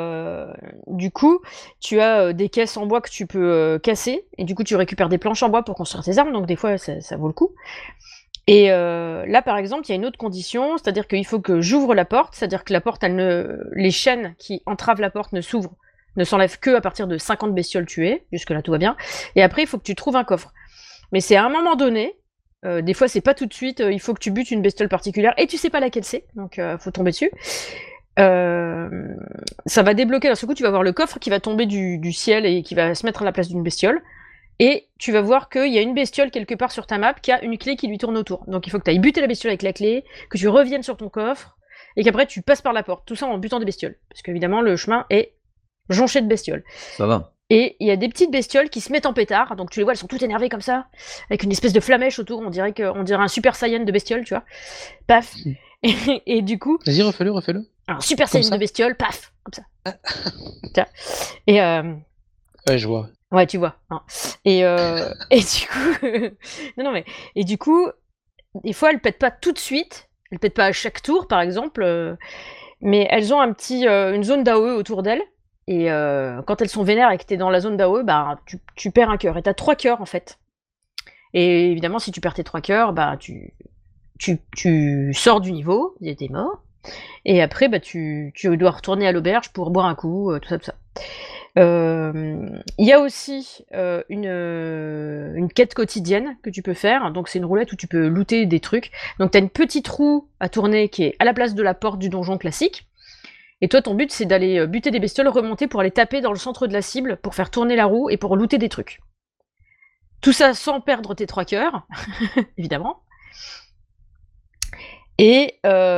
du coup, tu as des caisses en bois que tu peux casser, et du coup tu récupères des planches en bois pour construire tes armes, donc des fois ça vaut le coup. Et là par exemple, il y a une autre condition, c'est-à-dire qu'il faut que j'ouvre la porte, c'est-à-dire que la porte, les chaînes qui entravent la porte ne s'enlèvent que à partir de 50 bestioles tuées, jusque-là tout va bien, et après il faut que tu trouves un coffre. Mais c'est à un moment donné, des fois c'est pas tout de suite, il faut que tu butes une bestiole particulière, et tu sais pas laquelle c'est, donc faut tomber dessus. Ça va débloquer, d'un seul coup tu vas voir le coffre qui va tomber du ciel et qui va se mettre à la place d'une bestiole, et tu vas voir qu'il y a une bestiole quelque part sur ta map qui a une clé qui lui tourne autour. Donc il faut que tu ailles buter la bestiole avec la clé, que tu reviennes sur ton coffre, et qu'après tu passes par la porte, tout ça en butant des bestioles, parce qu'évidemment le chemin est jonché de bestioles. ça va. Et il y a des petites bestioles qui se mettent en pétard, donc tu les vois, elles sont toutes énervées comme ça, avec une espèce de flamèche autour, on dirait un super saiyan de bestiole, tu vois. Paf. Et du coup, Vas-y, refais-le. un super Comme saiyan ça de bestiole, paf, comme ça. Tiens. Et Ouais, je vois. ouais, tu vois. Hein. Et du coup, non mais et du coup, des fois elles pètent pas tout de suite, elles pètent pas à chaque tour, par exemple, mais elles ont une zone d'AOE autour d'elles. Et quand elles sont vénères et que t'es dans la zone d'AOE, bah tu perds un cœur. Et t'as 3 cœurs en fait. Et évidemment, si tu perds tes 3 cœurs, bah tu sors du niveau, t'es mort. Et après, bah tu dois retourner à l'auberge pour boire un coup, tout ça, tout ça. Il y a aussi une quête quotidienne que tu peux faire. Donc c'est une roulette où tu peux looter des trucs. Donc t'as une petite roue à tourner qui est à la place de la porte du donjon classique. Et toi, ton but, c'est d'aller buter des bestioles, remonter pour aller taper dans le centre de la cible, pour faire tourner la roue et pour looter des trucs. Tout ça sans perdre tes 3 cœurs, évidemment. Et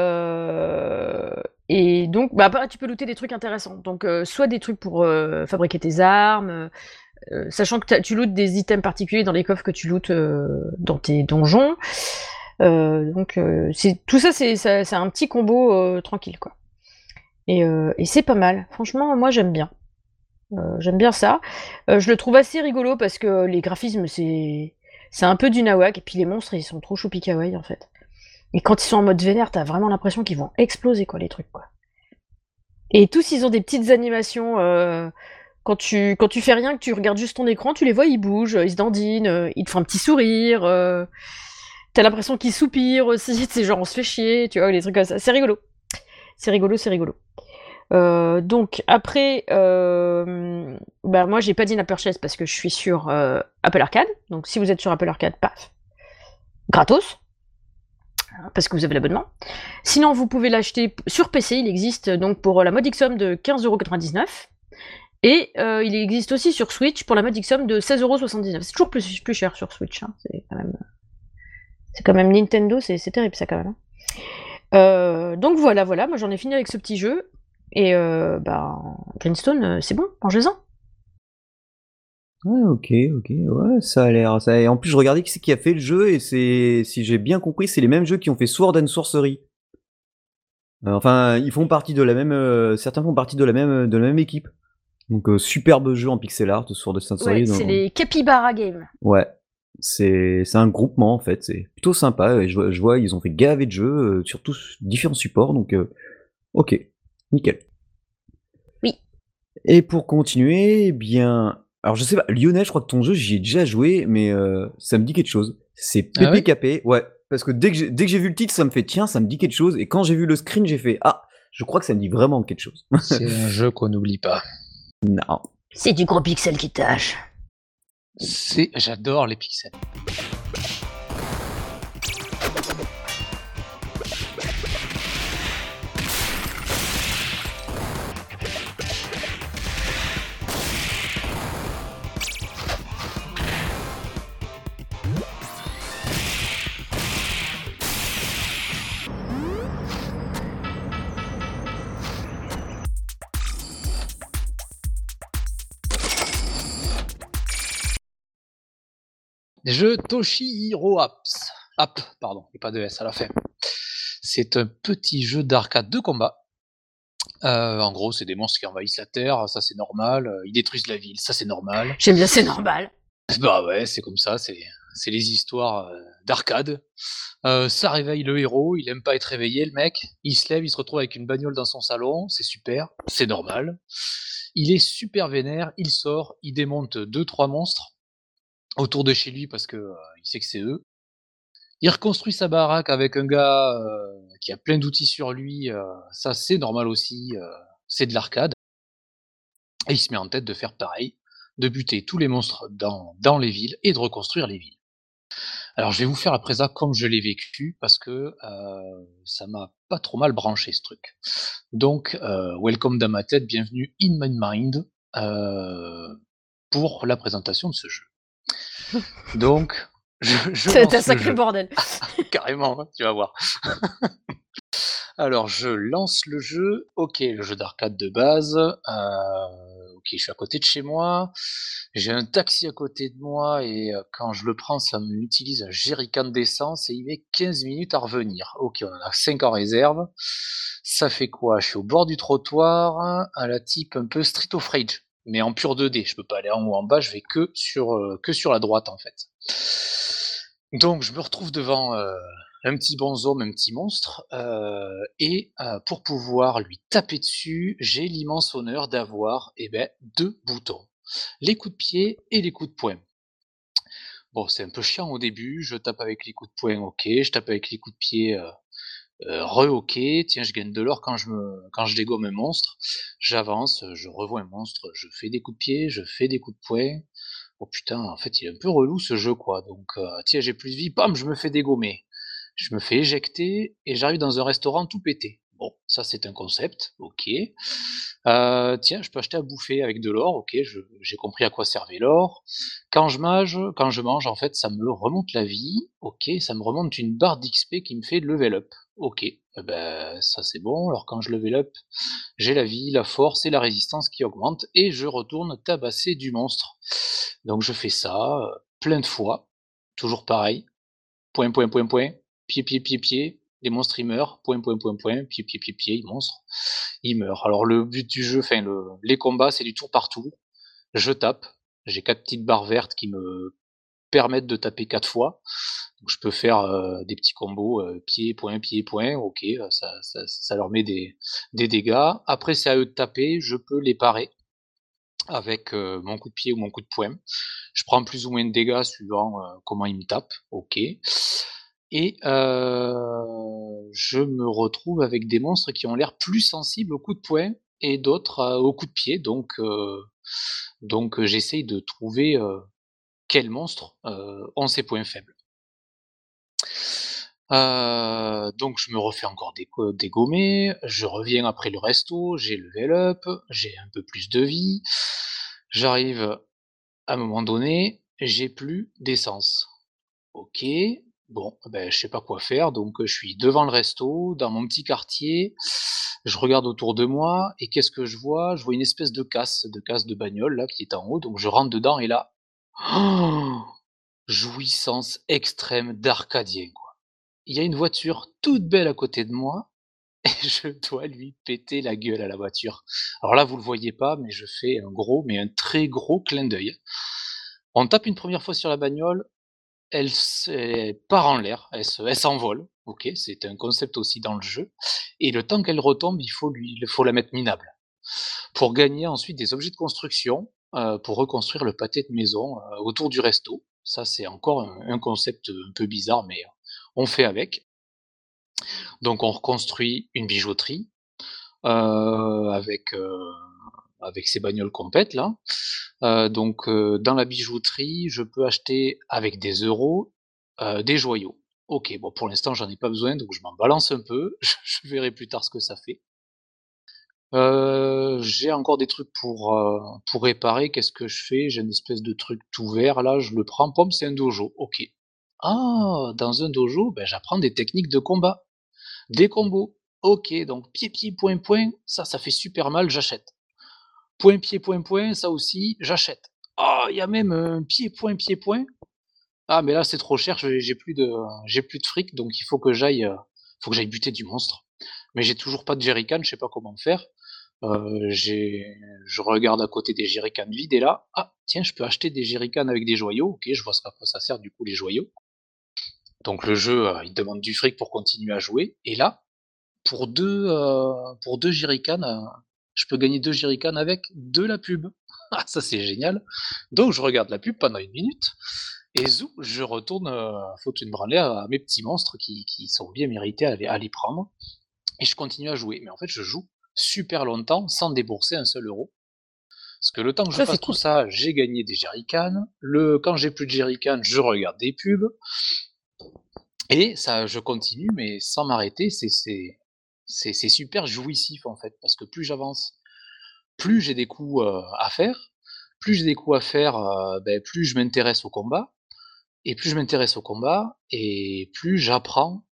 donc, bah, tu peux looter des trucs intéressants. Donc, soit des trucs pour fabriquer tes armes, sachant que tu lootes des items particuliers dans les coffres que tu lootes dans tes donjons. Donc, tout ça, c'est un petit combo tranquille, quoi. Et c'est pas mal. Franchement, moi, j'aime bien. J'aime bien ça. Je le trouve assez rigolo parce que les graphismes, c'est un peu du nawak. Et puis les monstres, ils sont trop choupi kawaii, en fait. Et quand ils sont en mode vénère, t'as vraiment l'impression qu'ils vont exploser, quoi, les trucs, quoi. Et tous, ils ont des petites animations. Quand tu fais rien, que tu regardes juste ton écran, tu les vois, ils bougent, ils se dandinent, ils te font un petit sourire. T'as l'impression qu'ils soupirent aussi. C'est genre, on se fait chier, tu vois, les trucs comme ça. C'est rigolo. C'est rigolo, c'est rigolo. Donc après, bah moi j'ai pas d'in-app purchase parce que je suis sur Apple Arcade. Donc si vous êtes sur Apple Arcade, paf, gratos, parce que vous avez l'abonnement. Sinon vous pouvez l'acheter sur PC. Il existe donc pour la modique somme de 15,99€. Et il existe aussi sur Switch pour la modique somme de 16,79€. C'est toujours plus cher sur Switch. Hein. C'est quand même Nintendo, c'est terrible ça quand même. Donc voilà, moi j'en ai fini avec ce petit jeu. Et Greenstone, c'est bon, mangez-en. Ouais, ok, ouais, ça a l'air. Et en plus, je regardais qui c'est qui a fait le jeu, et si j'ai bien compris, c'est les mêmes jeux qui ont fait Sword and Sorcery. Enfin, ils font partie de la même. Certains font partie de la même équipe. Donc, superbe jeu en pixel art, Sword and Sorcery. Ouais, c'est les Capybara Games. Ouais, c'est un groupement en fait, c'est plutôt sympa. Et je vois, ils ont fait gavé de jeux sur tous différents supports, donc ok, nickel. Oui. Et pour continuer, eh bien, alors je sais pas, Lionel, je crois que ton jeu j'y ai déjà joué, mais ça me dit quelque chose. C'est Ah ouais PPKP, ouais, parce que dès que j'ai vu le titre, ça me fait tiens, ça me dit quelque chose. Et quand j'ai vu le screen, j'ai fait ah, je crois que ça me dit vraiment quelque chose. C'est un jeu qu'on n'oublie pas. Non. C'est du gros pixel qui tâche. J'adore les pixels. Jeu Toshihiro App, pardon, et pas de S à la fin. C'est un petit jeu d'arcade de combat. En gros, c'est des monstres qui envahissent la Terre, ça c'est normal. Ils détruisent la ville, ça c'est normal. J'aime bien, c'est normal. Bah ouais, c'est comme ça, c'est les histoires d'arcade. Ça réveille le héros, il aime pas être réveillé, le mec. Il se lève, il se retrouve avec une bagnole dans son salon, c'est super, c'est normal. Il est super vénère, il sort, il démonte 2-3 monstres autour de chez lui parce que il sait que c'est eux. Il reconstruit sa baraque avec un gars qui a plein d'outils sur lui, ça c'est normal aussi, c'est de l'arcade. Et il se met en tête de faire pareil, de buter tous les monstres dans les villes et de reconstruire les villes. Alors je vais vous faire la présa comme je l'ai vécu parce que ça m'a pas trop mal branché ce truc. Donc welcome dans ma tête, bienvenue in my mind pour la présentation de ce jeu. Donc je C'est lance un le sacré jeu. bordel. Carrément, hein, tu vas voir. Alors, je lance le jeu. Ok, le jeu d'arcade de base. Ok, je suis à côté de chez moi. J'ai un taxi à côté de moi et quand je le prends, ça m'utilise un jerrycan d'essence et il met 15 minutes à revenir. Ok, on en a 5 en réserve. Ça fait quoi? Je suis au bord du trottoir, à la type un peu Street of Rage, mais en pur 2D. Je peux pas aller en haut ou en bas, je vais que sur la droite en fait. Donc, je me retrouve devant un petit bonhomme, un petit monstre, et pour pouvoir lui taper dessus, j'ai l'immense honneur d'avoir deux boutons. Les coups de pied et les coups de poing. Bon, c'est un peu chiant au début, je tape avec les coups de poing, ok, je tape avec les coups de pied, ok, tiens, je gagne de l'or quand je dégomme un monstre, j'avance, je revois un monstre, je fais des coups de pied, je fais des coups de poing. Oh putain, en fait, il est un peu relou ce jeu, quoi. Donc, tiens, j'ai plus de vie, bam, je me fais dégommer. Je me fais éjecter et j'arrive dans un restaurant tout pété. Bon, ça c'est un concept, ok. Tiens, je peux acheter à bouffer avec de l'or, ok, j'ai compris à quoi servait l'or. Quand je mange, en fait, ça me remonte la vie, ok, ça me remonte une barre d'XP qui me fait level up, ok. Ben, ça c'est bon, alors quand je level up, j'ai la vie, la force et la résistance qui augmentent et je retourne tabasser du monstre. Donc je fais ça plein de fois, toujours pareil, point, point, point, point, pied, pied, pied, pied, les monstres ils meurent, point, point, point, point, pied, pied, pied, pied, monstre, ils meurent. Alors le but du jeu, enfin les combats, c'est du tour par tour. Je tape, j'ai 4 petites barres vertes qui me permettent de taper 4 fois. Donc je peux faire des petits combos pied, point, ok, ça leur met des dégâts. Après c'est à eux de taper, je peux les parer avec mon coup de pied ou mon coup de poing. Je prends plus ou moins de dégâts suivant comment ils me tapent, ok. Et je me retrouve avec des monstres qui ont l'air plus sensibles aux coups de poing et d'autres aux coups de pied. Donc j'essaye de trouver quel monstre ont ses points faibles. Donc je me refais encore dégommer, je reviens après le resto, j'ai level up, j'ai un peu plus de vie. J'arrive à un moment donné, j'ai plus d'essence. Ok, bon, ben, je sais pas quoi faire, donc je suis devant le resto, dans mon petit quartier, je regarde autour de moi, et qu'est-ce que je vois? Je vois une espèce de casse de bagnole, là, qui est en haut, donc je rentre dedans, et là, oh, jouissance extrême d'Arcadien, quoi. Il y a une voiture toute belle à côté de moi, et je dois lui péter la gueule à la voiture. Alors là, vous le voyez pas, mais je fais un gros, mais un très gros clin d'œil. On tape une première fois sur la bagnole, elle part en l'air, elle s'envole, ok, c'est un concept aussi dans le jeu, et le temps qu'elle retombe, il faut la mettre minable. Pour gagner ensuite des objets de construction, pour reconstruire le pâté de maison autour du resto. Ça, c'est encore un concept un peu bizarre, mais on fait avec. Donc on reconstruit une bijouterie avec avec ces bagnoles complètes là. Dans la bijouterie, je peux acheter avec des euros des joyaux. Ok, bon pour l'instant j'en ai pas besoin, donc je m'en balance un peu. Je verrai plus tard ce que ça fait. J'ai encore des trucs pour réparer. Qu'est-ce que je fais? J'ai une espèce de truc tout vert là, je le prends. Pomme, c'est un dojo. Ok. Ah, dans un dojo, ben, j'apprends des techniques de combat. Des combos. Ok, donc pied, pied, point, point, ça fait super mal, j'achète. Point, pied, point, point, ça aussi, j'achète. Ah, il y a même un pied, point, pied, point. Ah, mais là, c'est trop cher, j'ai plus de fric, donc faut que j'aille buter du monstre. Mais j'ai toujours pas de jerrycan, je sais pas comment faire. Je regarde à côté des jerrycans vides et là, ah, tiens, je peux acheter des jerrycans avec des joyaux. Ok, je vois à quoi ça sert du coup les joyaux. Donc le jeu, il demande du fric pour continuer à jouer. Et là, pour deux jerrycans, je peux gagner 2 jerrycans avec de la pub. Ah, ça c'est génial. Donc je regarde la pub pendant 1 minute et zou, je retourne foutre une branlée à mes petits monstres qui sont bien mérités à les prendre. Et je continue à jouer. Mais en fait, je joue super longtemps sans débourser un seul euro. Parce que le temps que je Ça, c'est fasse tout cool. ça, j'ai gagné des jerrycans. Quand j'ai plus de jerrycans, je regarde des pubs. Et ça, je continue, mais sans m'arrêter. C'est super jouissif en fait, parce que plus j'avance, plus j'ai des coups à faire. Plus j'ai des coups à faire, ben, plus je m'intéresse au combat. Et plus je m'intéresse au combat, et plus j'apprends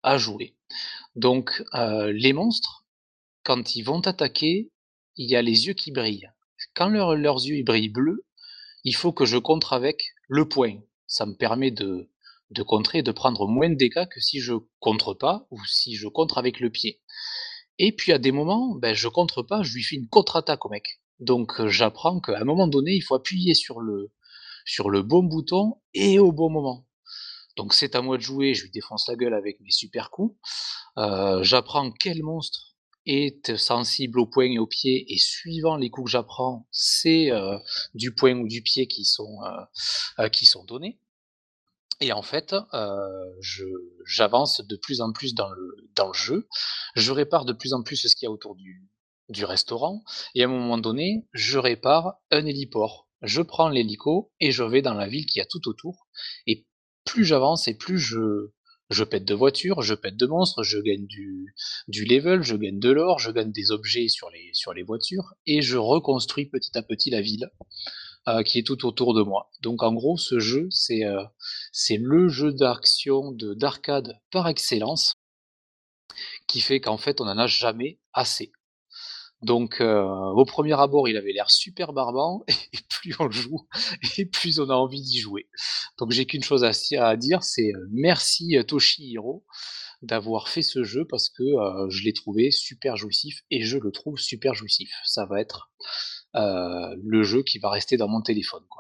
à jouer. Donc, les monstres, quand ils vont t'attaquer, il y a les yeux qui brillent. Quand leurs yeux ils brillent bleus, il faut que je contre avec le poing. Ça me permet de contrer et de prendre moins de dégâts que si je contre pas ou si je contre avec le pied. Et puis à des moments, ben, je contre pas, je lui fais une contre-attaque au mec. Donc j'apprends qu'à un moment donné, il faut appuyer sur le bon bouton et au bon moment. Donc c'est à moi de jouer, je lui défonce la gueule avec mes super coups. J'apprends quel monstre est sensible au poing et au pied, et suivant les coups que j'apprends, c'est du poing ou du pied qui sont donnés. Et en fait, j'avance de plus en plus dans le jeu. Je répare de plus en plus ce qu'il y a autour du restaurant. Et à un moment donné, je répare un héliport. Je prends l'hélico et je vais dans la ville qui a tout autour. Et plus j'avance et plus je pète de voitures, je pète de monstres, je gagne du level, je gagne de l'or, je gagne des objets sur les voitures. Et je reconstruis petit à petit la ville qui est tout autour de moi. Donc en gros, ce jeu, c'est le jeu d'action d'arcade par excellence, qui fait qu'en fait, on n'en a jamais assez. Donc au premier abord, il avait l'air super barbant, et plus on joue, et plus on a envie d'y jouer. Donc j'ai qu'une chose à dire, c'est merci Toshihiro d'avoir fait ce jeu, parce que je l'ai trouvé super jouissif, et je le trouve super jouissif. Ça va être le jeu qui va rester dans mon téléphone, quoi.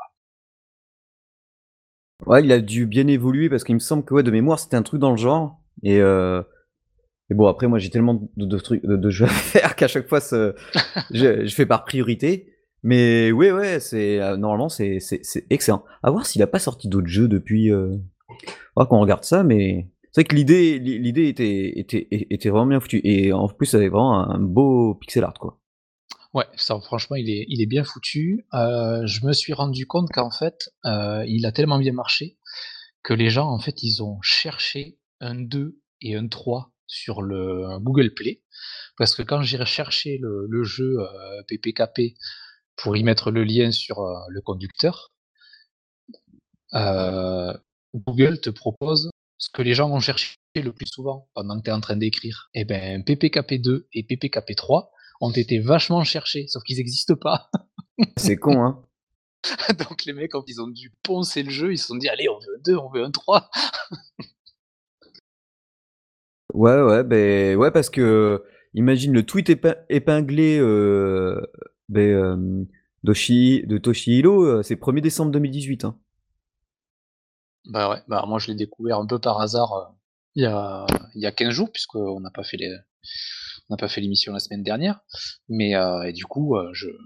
Ouais, il a dû bien évoluer parce qu'il me semble que ouais, de mémoire, c'était un truc dans le genre. Et bon, après, moi, j'ai tellement de trucs, de jeux à faire qu'à chaque fois, je fais par priorité. Mais ouais, ouais, normalement, c'est excellent. À voir s'il a pas sorti d'autres jeux depuis. Faudra qu'on regarde ça, mais c'est vrai que l'idée était vraiment bien foutue. Et en plus, ça avait vraiment un beau pixel art, quoi. Ouais, ça franchement, il est bien foutu. Je me suis rendu compte qu'en fait, il a tellement bien marché que les gens, en fait, ils ont cherché un 2 et un 3 sur le Google Play. Parce que quand j'ai recherché le jeu PPKP pour y mettre le lien sur le conducteur, Google te propose ce que les gens vont chercher le plus souvent pendant que tu es en train d'écrire. Et ben PPKP2 et PPKP3 ont été vachement cherchés, sauf qu'ils n'existent pas. C'est con, hein. Donc les mecs, quand ils ont dû poncer le jeu, ils se sont dit allez, on veut un 2, on veut un 3. Ouais, ouais, ben ouais, parce que imagine le tweet épinglé de Toshihiro, c'est 1er décembre 2018. Hein. Bah ouais, bah moi je l'ai découvert un peu par hasard il y a 15 jours, puisqu'on n'a pas fait on n'a pas fait l'émission la semaine dernière. Mais et du coup,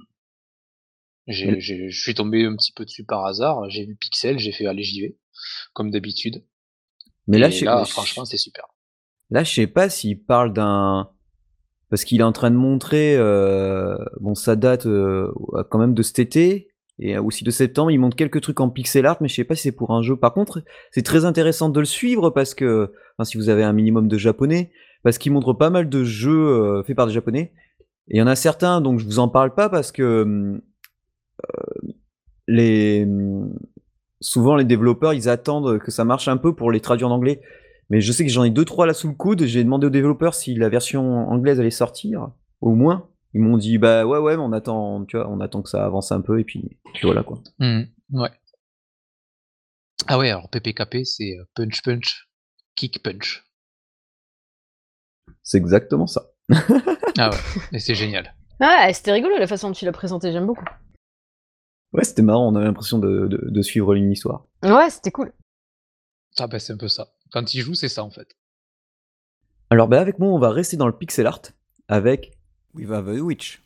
Mais, je suis tombé un petit peu dessus par hasard. J'ai vu Pixel, j'ai fait allez, j'y vais, comme d'habitude. mais Et là, franchement, c'est super. là, je sais pas s'il parle d'un. Parce qu'il est en train de montrer. Bon, ça date quand même de cet été. Et aussi de septembre. Il montre quelques trucs en pixel art, mais je sais pas si c'est pour un jeu. Par contre, c'est très intéressant de le suivre parce que. Enfin, si vous avez un minimum de japonais. Parce qu'il montre pas mal de jeux faits par des japonais. Et il y en a certains, donc je vous en parle pas parce que. Les. Souvent, les développeurs, ils attendent que ça marche un peu pour les traduire en anglais. Mais je sais que j'en ai 2-3 là sous le coude. J'ai demandé aux développeurs si la version anglaise allait sortir, au moins. Ils m'ont dit bah ouais ouais, mais on attend, tu vois, on attend que ça avance un peu et puis voilà quoi. Ouais. Ah ouais, alors PPKP, c'est Punch Punch, Kick Punch. C'est exactement ça. Ah ouais, et c'est génial. Ah, c'était rigolo la façon dont tu l'as présenté, j'aime beaucoup. Ouais, c'était marrant, on avait l'impression de suivre une histoire. Ouais, c'était cool. Ah bah c'est un peu ça. Quand il joue, c'est ça en fait. Alors bah avec moi, on va rester dans le pixel art avec We Have a Witch.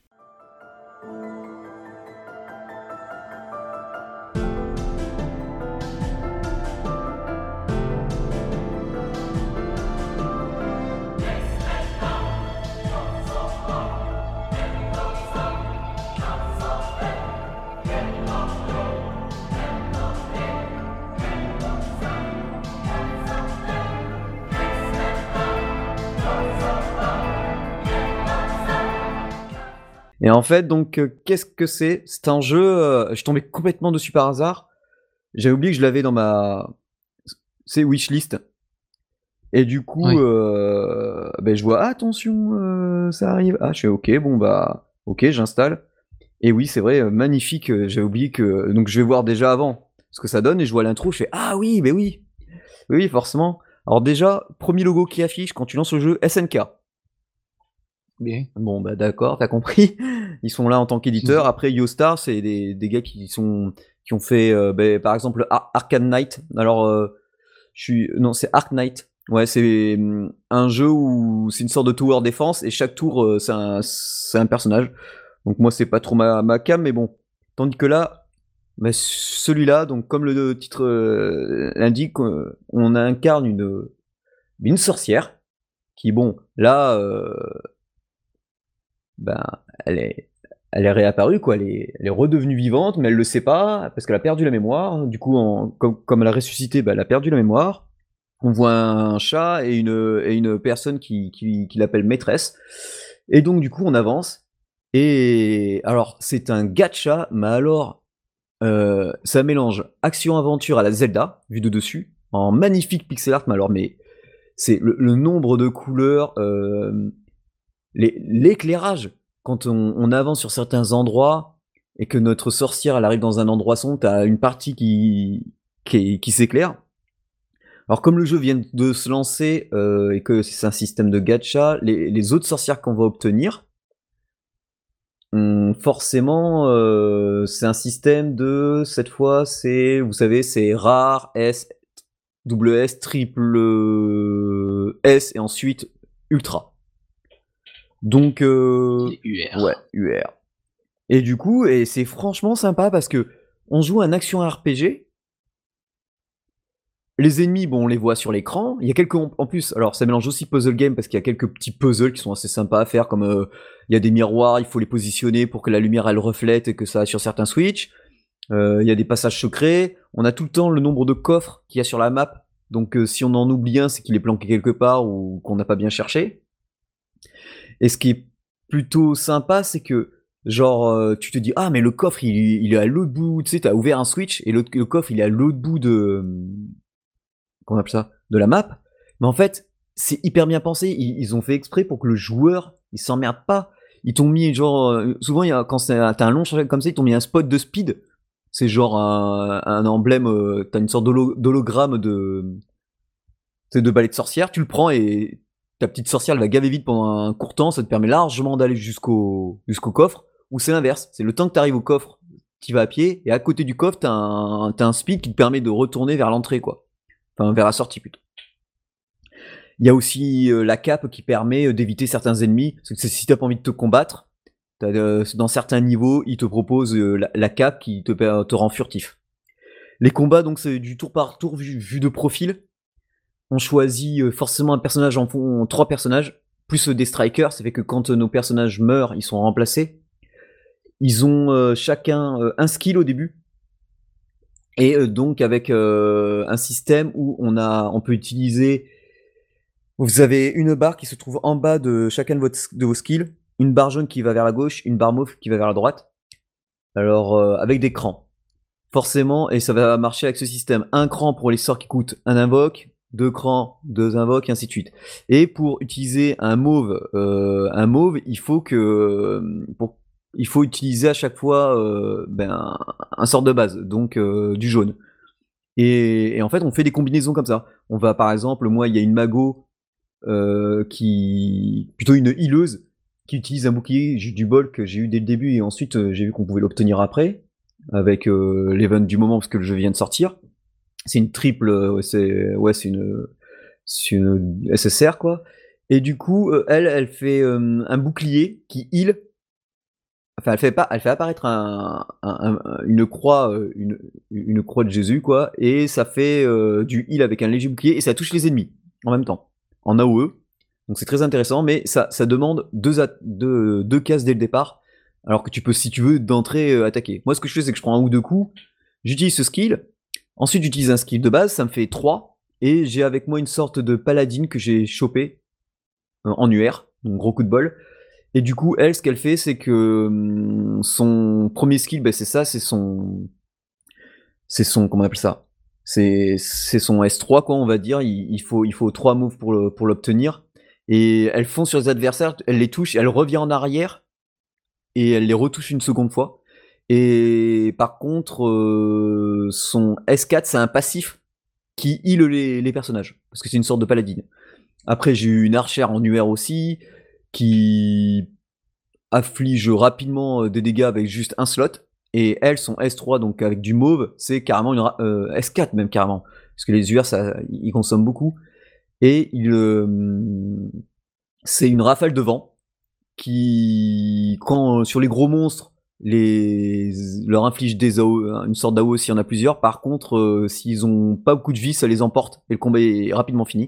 Et en fait, donc, qu'est-ce que c'est? C'est un jeu, je suis tombé complètement dessus par hasard. J'avais oublié que je l'avais dans ma wishlist. Et du coup, Oui. ben, je vois, ah, attention, ça arrive. Ah, je fais, ok, bon, bah, ok, j'installe. Et oui, c'est vrai, magnifique. J'avais oublié que. Donc, je vais voir déjà avant ce que ça donne et je vois l'intro. Je fais, ah oui, ben oui, oui, oui, forcément. Alors, déjà, premier logo qui affiche quand tu lances le jeu SNK. Bien. Bon, bah d'accord, t'as compris. Ils sont là en tant qu'éditeurs. Après, YoStar, c'est des gars qui ont fait, par exemple, Arcane Knight. Alors, non, c'est Ark Knight. Ouais, c'est un jeu où c'est une sorte de tower defense et chaque tour, c'est un personnage. Donc moi, c'est pas trop ma cam, mais bon. Tandis que là, bah, celui-là, donc comme le titre l'indique, on incarne une sorcière qui, bon, là, ben, elle est, elle est réapparue, quoi. Elle est redevenue vivante, mais elle le sait pas parce qu'elle a perdu la mémoire. Du coup, comme elle a ressuscité, ben, elle a perdu la mémoire. On voit un chat et une personne qui l'appelle maîtresse. Et donc, du coup, on avance. Et alors, c'est un gacha, mais alors, ça mélange action-aventure à la Zelda, vu de dessus, en magnifique pixel art, mais alors, mais c'est le nombre de couleurs, l'éclairage. Quand on avance sur certains endroits et que notre sorcière elle arrive dans un endroit sombre, t'as une partie qui s'éclaire. Alors comme le jeu vient de se lancer et que c'est un système de gacha, les autres sorcières qu'on va obtenir, forcément c'est un système de cette fois c'est vous savez c'est rare S double S triple S et ensuite ultra. Donc Les ouais UR. UR. Et du coup et c'est franchement sympa parce que on joue un action RPG. Les ennemis, bon, on les voit sur l'écran. Il y a quelques en plus, alors ça mélange aussi puzzle game parce qu'il y a quelques petits puzzles qui sont assez sympas à faire, comme il y a des miroirs, il faut les positionner pour que la lumière elle reflète et que ça sur certains switches. Il y a des passages secrets. On a tout le temps le nombre de coffres qu'il y a sur la map. Donc si on en oublie un, c'est qu'il est planqué quelque part ou qu'on n'a pas bien cherché. Et ce qui est plutôt sympa, c'est que genre tu te dis ah mais le coffre il est à l'autre bout, tu sais, t'as ouvert un switch et le coffre il est à l'autre bout de qu'on appelle ça, de la map. Mais en fait, c'est hyper bien pensé. Ils ont fait exprès pour que le joueur, il s'emmerde pas. Ils t'ont mis genre, souvent quand t'as un long trajet comme ça, ils t'ont mis un spot de speed. C'est genre un emblème, t'as une sorte d'hologramme de balai de sorcière. Tu le prends et ta petite sorcière elle va gaver vite pendant un court temps. Ça te permet largement d'aller jusqu'au coffre. Ou c'est l'inverse. C'est le temps que t'arrives au coffre, tu vas à pied et à côté du coffre, t'as un speed qui te permet de retourner vers l'entrée, quoi. Enfin, vers la sortie plutôt. Il y a aussi la cape qui permet d'éviter certains ennemis. Parce que si t'as pas envie de te combattre, dans certains niveaux, ils te proposent la cape qui te rend furtif. Les combats, donc, c'est du tour par tour vu de profil. On choisit forcément un personnage en fond, 3 personnages, plus des strikers. Ça fait que quand nos personnages meurent, ils sont remplacés. Ils ont chacun un skill au début. Et donc avec un système où on peut utiliser. Vous avez une barre qui se trouve en bas de chacun de vos skills, une barre jaune qui va vers la gauche, une barre mauve qui va vers la droite. Alors avec des crans. Forcément, et ça va marcher avec ce système. Un cran pour les sorts qui coûtent un invoque, 2 crans, 2 invoques, et ainsi de suite. Et pour utiliser un mauve, il faut il faut utiliser à chaque fois un sort de base, donc du jaune. Et en fait, on fait des combinaisons comme ça. On va par exemple, moi, il y a une mago plutôt une healeuse qui utilise un bouclier du bol que j'ai eu dès le début et ensuite j'ai vu qu'on pouvait l'obtenir après avec l'event du moment parce que le jeu vient de sortir. C'est une triple, c'est une SSR quoi. Et du coup, elle fait un bouclier qui heal. Enfin, elle fait apparaître une croix, une croix de Jésus quoi, et ça fait du heal avec un léger bouclier et ça touche les ennemis en même temps en AOE. Donc c'est très intéressant, mais ça demande deux cases dès le départ, alors que tu peux, si tu veux, d'entrée attaquer. Moi, ce que je fais, c'est que je prends un ou deux coups, j'utilise ce skill, ensuite j'utilise un skill de base, ça me fait 3, et j'ai avec moi une sorte de paladine que j'ai chopé en UR, donc gros coup de bol. Et du coup, elle, ce qu'elle fait, c'est que son premier skill, c'est ça, c'est son, comment on appelle ça? C'est son S3 quoi, on va dire. Il faut 3 moves pour l'obtenir. Et elle fonce sur les adversaires, elle les touche, elle revient en arrière et elle les retouche une seconde fois. Et par contre, son S4 c'est un passif qui heal les personnages parce que c'est une sorte de paladine. Après j'ai eu une archère en UR aussi qui afflige rapidement des dégâts avec juste un slot. Et elle, son S3, donc avec du mauve, c'est carrément S4 même carrément. Parce que les UR, ça, ils consomment beaucoup. Et c'est une rafale de vent qui, quand sur les gros monstres, leur inflige des AO, une sorte d'AO s'il y en a plusieurs. Par contre, s'ils ont pas beaucoup de vie, ça les emporte et le combat est rapidement fini.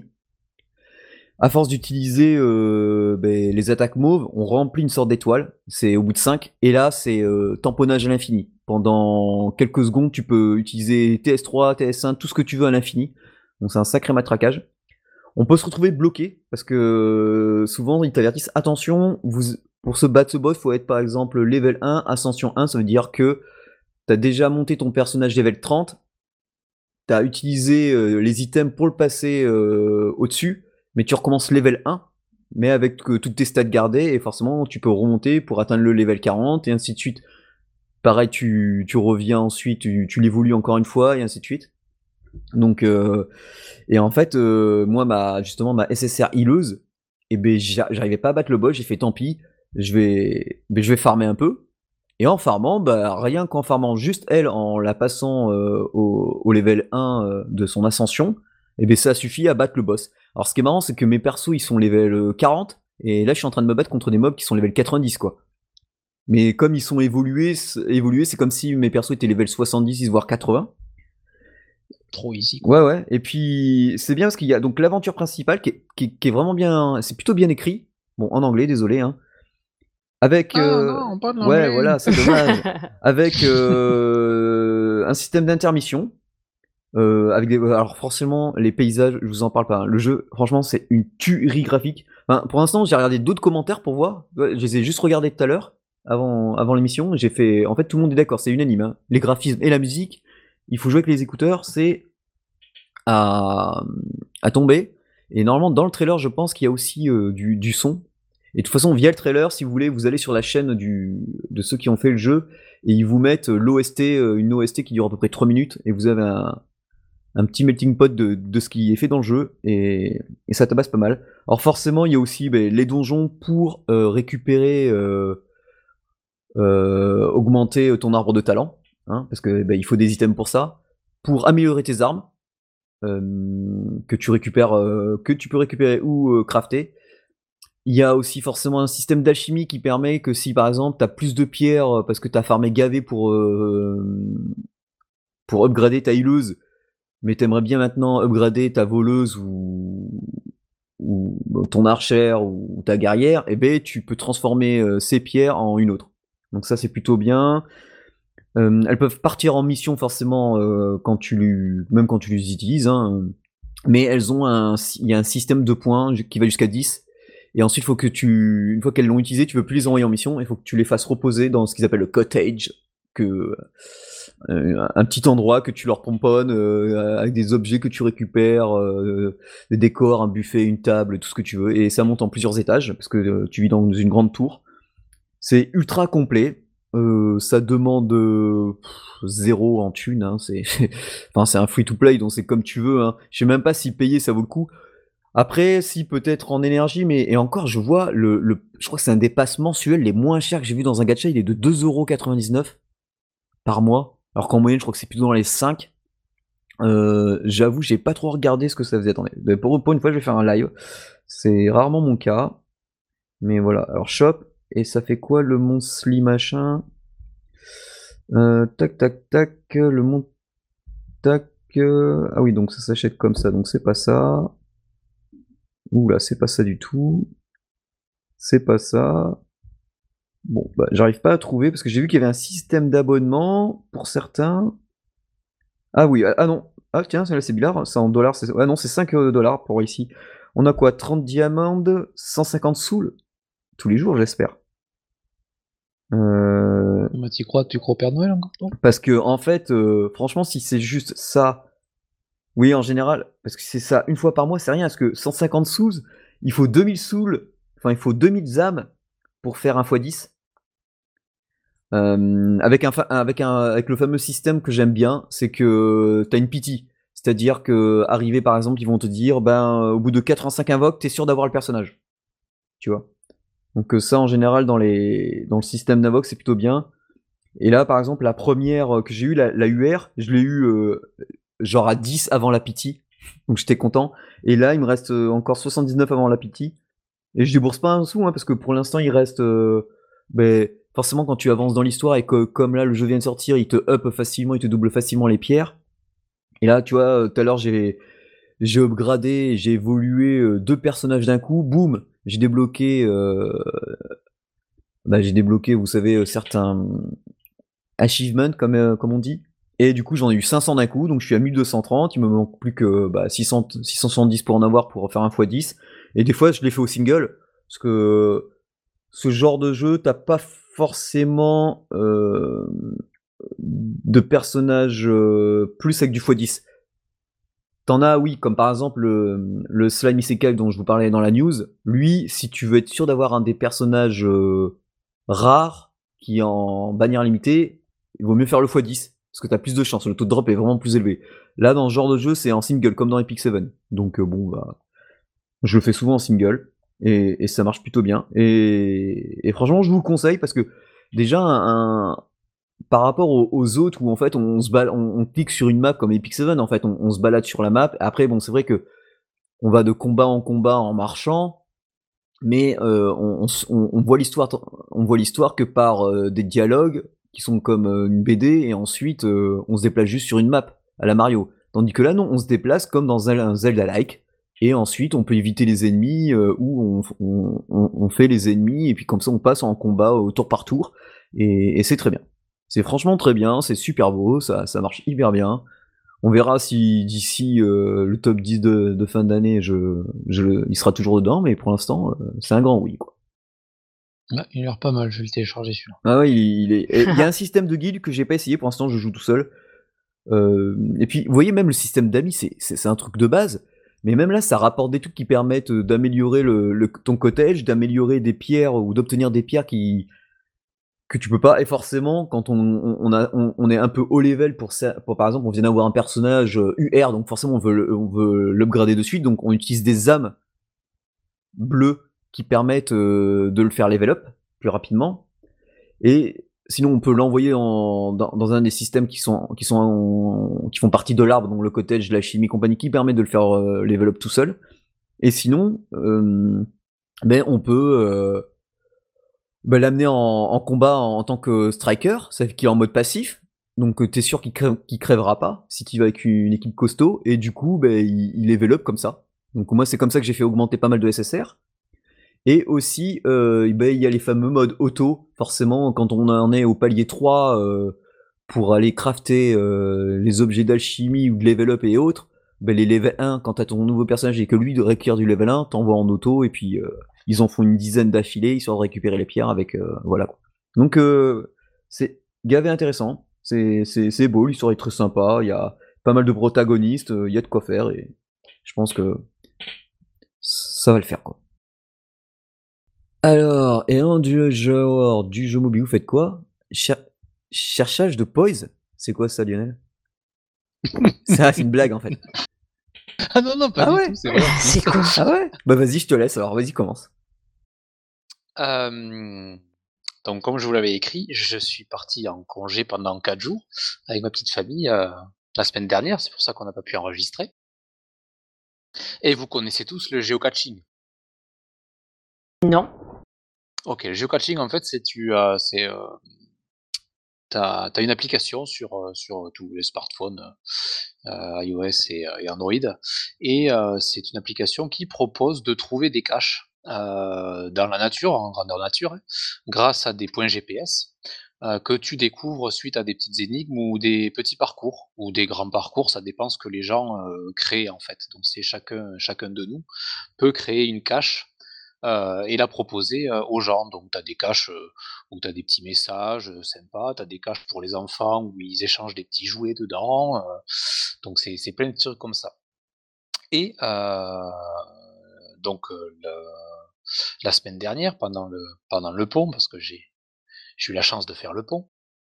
À force d'utiliser les attaques mauves, on remplit une sorte d'étoile, c'est au bout de 5, et là c'est tamponnage à l'infini. Pendant quelques secondes, tu peux utiliser TS3, TS1, tout ce que tu veux à l'infini. Donc c'est un sacré matraquage. On peut se retrouver bloqué, parce que souvent ils t'avertissent, attention, pour se battre ce boss, il faut être par exemple level 1, ascension 1, ça veut dire que tu as déjà monté ton personnage level 30, tu as utilisé les items pour le passer au-dessus, mais tu recommences level 1, mais avec toutes tes stats gardées, et forcément tu peux remonter pour atteindre le level 40, et ainsi de suite. Pareil, tu reviens ensuite, tu l'évolues encore une fois, et ainsi de suite. Donc, et en fait, moi, justement, ma SSR healeuse, et ben, j'arrivais pas à battre le boss, j'ai fait tant pis, je vais farmer un peu. Et en farmant, bah, rien qu'en farmant juste elle, en la passant au level 1 de son ascension, et ben ça suffit à battre le boss. Alors ce qui est marrant, c'est que mes persos ils sont level 40, et là je suis en train de me battre contre des mobs qui sont level 90 quoi. Mais comme ils sont évolués, c'est comme si mes persos étaient level 70 voire 80. Trop easy quoi. Ouais ouais, et puis c'est bien parce qu'il y a donc l'aventure principale qui est vraiment bien, c'est plutôt bien écrit. Bon en anglais, désolé hein. Avec non, pas de ouais l'anglais. voilà, c'est dommage. Avec un système d'intermission. Avec alors forcément les paysages, je vous en parle pas, hein. Le jeu, franchement, c'est une tuerie graphique. Enfin, pour l'instant, j'ai regardé d'autres commentaires pour voir. Ouais, je les ai juste regardés tout à l'heure, avant l'émission. J'ai fait, en fait, tout le monde est d'accord, c'est unanime, hein. Les graphismes et la musique, il faut jouer avec les écouteurs, c'est à, à tomber. Et normalement, dans le trailer, je pense qu'il y a aussi du son. Et de toute façon, via le trailer, si vous voulez, vous allez sur la chaîne de ceux qui ont fait le jeu et ils vous mettent l'OST, une OST qui dure à peu près 3 minutes et vous avez un petit melting pot de ce qui est fait dans le jeu et ça tabasse pas mal. Alors forcément, il y a aussi les donjons pour récupérer, augmenter ton arbre de talent, hein, parce que il faut des items pour ça, pour améliorer tes armes que tu récupères, que tu peux récupérer ou crafter. Il y a aussi forcément un système d'alchimie qui permet que si par exemple tu as plus de pierres parce que tu as farmé gavé pour upgrader ta healeuse, mais t'aimerais bien maintenant upgrader ta voleuse ou ton archère ou ta guerrière, et ben tu peux transformer ces pierres en une autre. Donc ça c'est plutôt bien. Elles peuvent partir en mission forcément même quand tu les utilises, hein, mais il y a un système de points qui va jusqu'à 10. Et ensuite, une fois qu'elles l'ont utilisé, tu veux plus les envoyer en mission, il faut que tu les fasses reposer dans ce qu'ils appellent le cottage, un petit endroit que tu leur pomponnes avec des objets que tu récupères, des décors, un buffet, une table, tout ce que tu veux, et ça monte en plusieurs étages parce que tu vis dans une grande tour. C'est ultra complet. Ça demande zéro en thune, hein, enfin, c'est un free-to-play, donc c'est comme tu veux. Hein. Je sais même pas si payer ça vaut le coup. Après, si peut-être en énergie, mais et encore, je vois je crois que c'est un des passes mensuels les moins chers que j'ai vu dans un gacha, il est de 2,99€ par mois, alors qu'en moyenne, je crois que c'est plutôt dans les 5. J'avoue, j'ai pas trop regardé ce que ça faisait. Attendez, pour une fois, je vais faire un live. C'est rarement mon cas, mais voilà. Alors shop, et ça fait quoi le monthly machin? Tac tac tac, le mont tac. Ah oui, donc ça s'achète comme ça, donc c'est pas ça. Oula, c'est pas ça du tout. C'est pas ça. Bon, bah, j'arrive pas à trouver parce que j'ai vu qu'il y avait un système d'abonnement pour certains. Ah oui, ah non. Ah tiens, là c'est bizarre, c'est en dollars. Ah non, c'est 5 dollars pour ici. On a quoi? 30 diamantes, 150 souls tous les jours, j'espère. Tu crois au Père Noël encore? Parce que en fait, franchement, si c'est juste ça Oui, en général, parce que c'est ça, une fois par mois, c'est rien, parce que 150 sous, il faut 2000 souls, enfin, il faut 2000 âmes pour faire un x10. Avec le fameux système que j'aime bien, c'est que t'as une pity. C'est-à-dire que, arrivé par exemple, ils vont te dire, ben, au bout de 85 invoques, t'es sûr d'avoir le personnage. Tu vois? Donc, ça, en général, dans le système d'invoque, c'est plutôt bien. Et là, par exemple, la première que j'ai eue, la UR, je l'ai eue genre à 10 avant la pity. Donc j'étais content. Et là, il me reste encore 79 avant la pity. Et je débourse pas un sou, hein, parce que pour l'instant, il reste. Ben, forcément, quand tu avances dans l'histoire et que, comme là, le jeu vient de sortir, il te up facilement, il te double facilement les pierres. Et là, tu vois, tout à l'heure, j'ai upgradé, j'ai évolué deux personnages d'un coup. Boum, j'ai débloqué, vous savez, certains achievements, comme on dit. Et du coup, j'en ai eu 500 d'un coup, donc je suis à 1230. Il me manque plus que 670 pour en avoir pour faire un x10. Et des fois, je l'ai fait au single, parce que ce genre de jeu, t'as pas forcément de personnages plus avec du x10. T'en as, oui, comme par exemple le Slime Isekai dont je vous parlais dans la news. Lui, si tu veux être sûr d'avoir un des personnages rares qui est en bannière limitée, il vaut mieux faire le x10 parce que t'as plus de chance. Le taux de drop est vraiment plus élevé. Là, dans ce genre de jeu, c'est en single comme dans Epic 7. Donc bon, bah, je le fais souvent en single et ça marche plutôt bien. Et franchement, je vous le conseille parce que déjà, par rapport aux autres où en fait on clique sur une map comme Epic 7, en fait on se balade sur la map. Après bon, c'est vrai que on va de combat en combat en marchant, mais on voit l'histoire que par des dialogues qui sont comme une BD, et ensuite on se déplace juste sur une map à la Mario. Tandis que là non, on se déplace comme dans un Zelda-like, et ensuite on peut éviter les ennemis ou on fait les ennemis, et puis comme ça on passe en combat au tour par tour, et c'est très bien. C'est franchement très bien, c'est super beau, ça marche hyper bien. On verra si d'ici le top 10 de fin d'année, il sera toujours dedans, mais pour l'instant, c'est un grand oui, quoi. Ouais, il a l'air pas mal, je vais le télécharger celui-là. Ah ouais, il y a un système de guild que j'ai pas essayé pour l'instant, je joue tout seul. Et puis, vous voyez, même le système d'amis, c'est un truc de base, mais même là, ça rapporte des trucs qui permettent d'améliorer ton cottage, d'améliorer des pierres ou d'obtenir des pierres que tu peux pas. Et forcément, quand on est un peu haut level par exemple, on vient d'avoir un personnage UR, donc forcément on veut l'upgrader de suite, donc on utilise des âmes bleues qui permettent de le faire level up plus rapidement. Et sinon, on peut l'envoyer dans un des systèmes qui font partie de l'arbre, donc le cottage, la chimie, compagnie, qui permet de le faire level up tout seul. Et sinon, ben on peut bah, l'amener en combat en tant que striker, ça fait qu'il est en mode passif, donc t'es sûr qu'il crèvera pas si tu vas avec une équipe costaud, et du coup bah, il level up comme ça. Donc moi c'est comme ça que j'ai fait augmenter pas mal de SSR. Et aussi bah, il y a les fameux modes auto, forcément quand on en est au palier 3 pour aller crafter les objets d'alchimie ou de level up et autres, bah, les level 1, quand t'as ton nouveau personnage et que lui requiert du level 1, t'envoies en auto, et puis ils en font une dizaine d'affilée, histoire de récupérer les pierres avec voilà. Donc c'est gavé intéressant, c'est beau, l'histoire est très sympa, il y a pas mal de protagonistes, il y a de quoi faire, et je pense que ça va le faire, quoi. Alors, et en genre du jeu mobile, vous faites quoi? Cherchage de poise? C'est quoi ça, Lionel? Ça, c'est une blague en fait. Ah non, non, pas Ah du ouais? tout, c'est vrai. C'est con. Ah ouais? Bah vas-y, je te laisse alors, vas-y, commence. Euh, donc, comme je vous l'avais écrit, je suis parti en congé pendant 4 jours avec ma petite famille la semaine dernière, c'est pour ça qu'on n'a pas pu enregistrer. Et vous connaissez tous le geocaching. Non. Ok, le geocaching, en fait, t'as une application sur tous les smartphones iOS et Android, et c'est une application qui propose de trouver des caches dans la nature, en grandeur nature, hein, grâce à des points GPS que tu découvres suite à des petites énigmes ou des petits parcours ou des grands parcours, ça dépend ce que les gens créent en fait. Donc c'est chacun de nous peut créer une cache et la proposer aux gens. Donc tu as des caches où tu as des petits messages sympas, tu as des caches pour les enfants où ils échangent des petits jouets dedans. Donc c'est plein de trucs comme ça. Et donc la semaine dernière, pendant le pont, parce que j'ai eu la chance de faire le pont,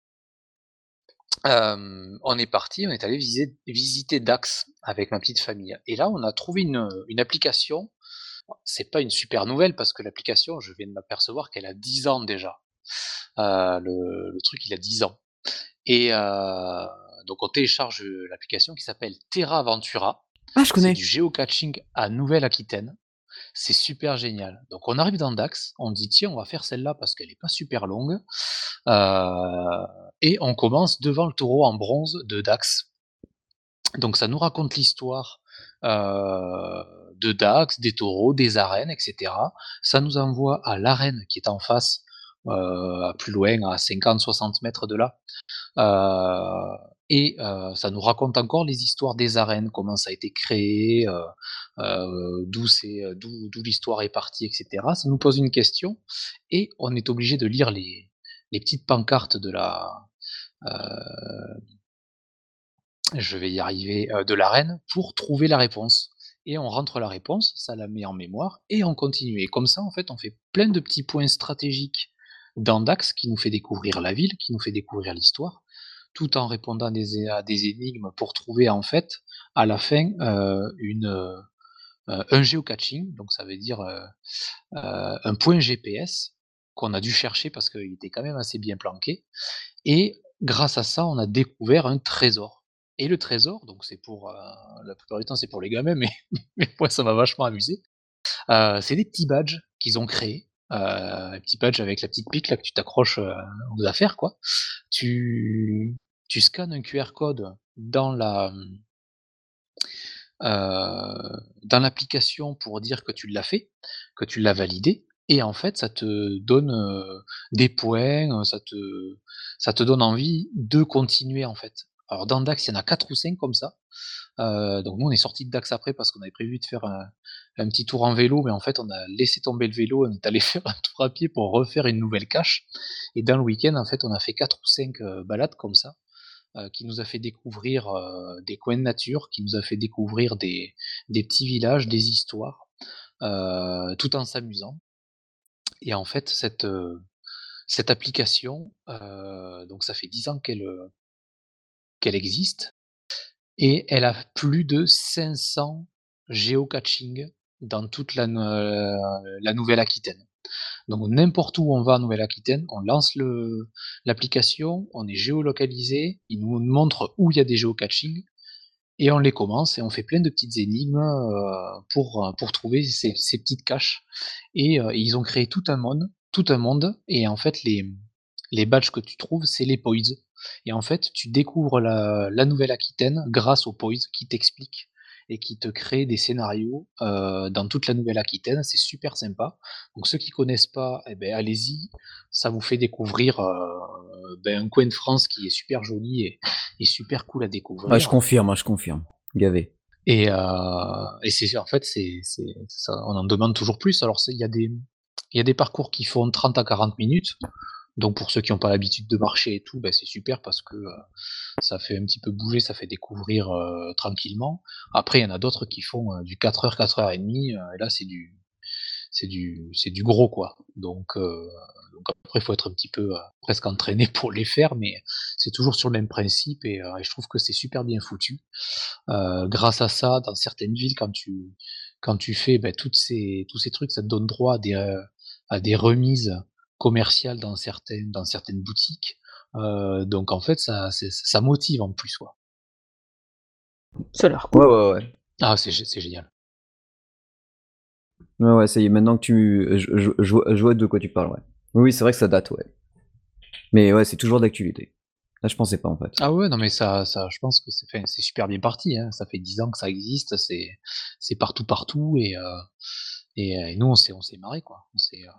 on est allé visiter Dax avec ma petite famille. Et là, on a trouvé une application. C'est pas une super nouvelle parce que l'application, je viens de m'apercevoir qu'elle a 10 ans déjà. Le truc, il a 10 ans. Et donc, on télécharge l'application qui s'appelle Terra Ventura. Ah, je C'est connais. du géocaching à Nouvelle-Aquitaine. C'est super génial. Donc, on arrive dans Dax, on dit tiens, on va faire celle-là parce qu'elle est pas super longue. Et on commence devant le taureau en bronze de Dax. Donc, ça nous raconte l'histoire de Dax, des taureaux, des arènes, etc. Ça nous envoie à l'arène qui est en face, plus loin, à 50-60 mètres de là. Et ça nous raconte encore les histoires des arènes, comment ça a été créé, d'où l'histoire est partie, etc. Ça nous pose une question et on est obligé de lire les petites pancartes je vais y arriver, de l'arène pour trouver la réponse. Et on rentre la réponse, ça la met en mémoire et on continue. Et comme ça, en fait, on fait plein de petits points stratégiques dans Dax qui nous fait découvrir la ville, qui nous fait découvrir l'histoire, tout en répondant à des énigmes pour trouver, en fait, à la fin, un géocaching. Donc ça veut dire un point GPS qu'on a dû chercher parce qu'il était quand même assez bien planqué. Et grâce à ça, on a découvert un trésor. Et le trésor, donc c'est pour la plupart du temps c'est pour les gamins, mais, mais moi ça m'a vachement amusé. C'est des petits badges qu'ils ont créés, un petit badge avec la petite pique là que tu t'accroches aux affaires quoi. Tu scannes un QR code dans l'application pour dire que tu l'as fait, que tu l'as validé, et en fait, ça te donne des points, ça te donne envie de continuer en fait. Alors dans Dax, il y en a 4 ou 5 comme ça. Donc nous, on est sorti de Dax après parce qu'on avait prévu de faire un petit tour en vélo, mais en fait, on a laissé tomber le vélo, on est allé faire un tour à pied pour refaire une nouvelle cache. Et dans le week-end, en fait, on a fait 4 ou 5 balades comme ça qui nous a fait découvrir des coins de nature, qui nous a fait découvrir des petits villages, des histoires, tout en s'amusant. Et en fait, cette application, donc ça fait 10 ans qu'elle existe, et elle a plus de 500 géocaching dans toute la Nouvelle-Aquitaine. Donc n'importe où on va en Nouvelle-Aquitaine, on lance l'application, on est géolocalisé, il nous montre où il y a des géocaching, et on les commence et on fait plein de petites énigmes pour trouver ces petites caches. Et ils ont créé tout un monde. Et en fait, les badges que tu trouves, c'est les poise. Et en fait, tu découvres la Nouvelle-Aquitaine grâce aux poise qui t'expliquent et qui te créent des scénarios dans toute la Nouvelle-Aquitaine. C'est super sympa. Donc ceux qui connaissent pas, eh ben, allez-y. Ça vous fait découvrir un coin de France qui est super joli et super cool à Ouais, je découvrir. confirme, hein, je confirme. Gavé. Et c'est en fait, ça, on en demande toujours plus. Alors, il y a des parcours qui font 30 à 40 minutes. Donc, pour ceux qui n'ont pas l'habitude de marcher et tout, ben, c'est super parce que ça fait un petit peu bouger, ça fait découvrir tranquillement. Après, il y en a d'autres qui font du 4 heures, 4 heures et demie. Et là, c'est du gros, quoi. Donc après, il faut être un petit peu presque entraîné pour les faire, mais c'est toujours sur le même principe et je trouve que c'est super bien foutu. Grâce à ça, dans certaines villes, quand tu fais ben, tous ces trucs, ça te donne droit à des remises commerciales dans certaines boutiques. Donc en fait, ça motive en plus. Quoi. Ça a l'air Ouais, cool. ouais, ouais. Ah, c'est génial. Ouais, ouais, ça y est, maintenant que je vois de quoi tu parles, ouais. Oui, c'est vrai que ça date, ouais. Mais ouais, c'est toujours d'actualité. Là, je pensais pas, en fait. Ah ouais, non mais je pense que c'est super bien parti. Hein. Ça fait 10 ans que ça existe, c'est partout et nous on s'est marré quoi.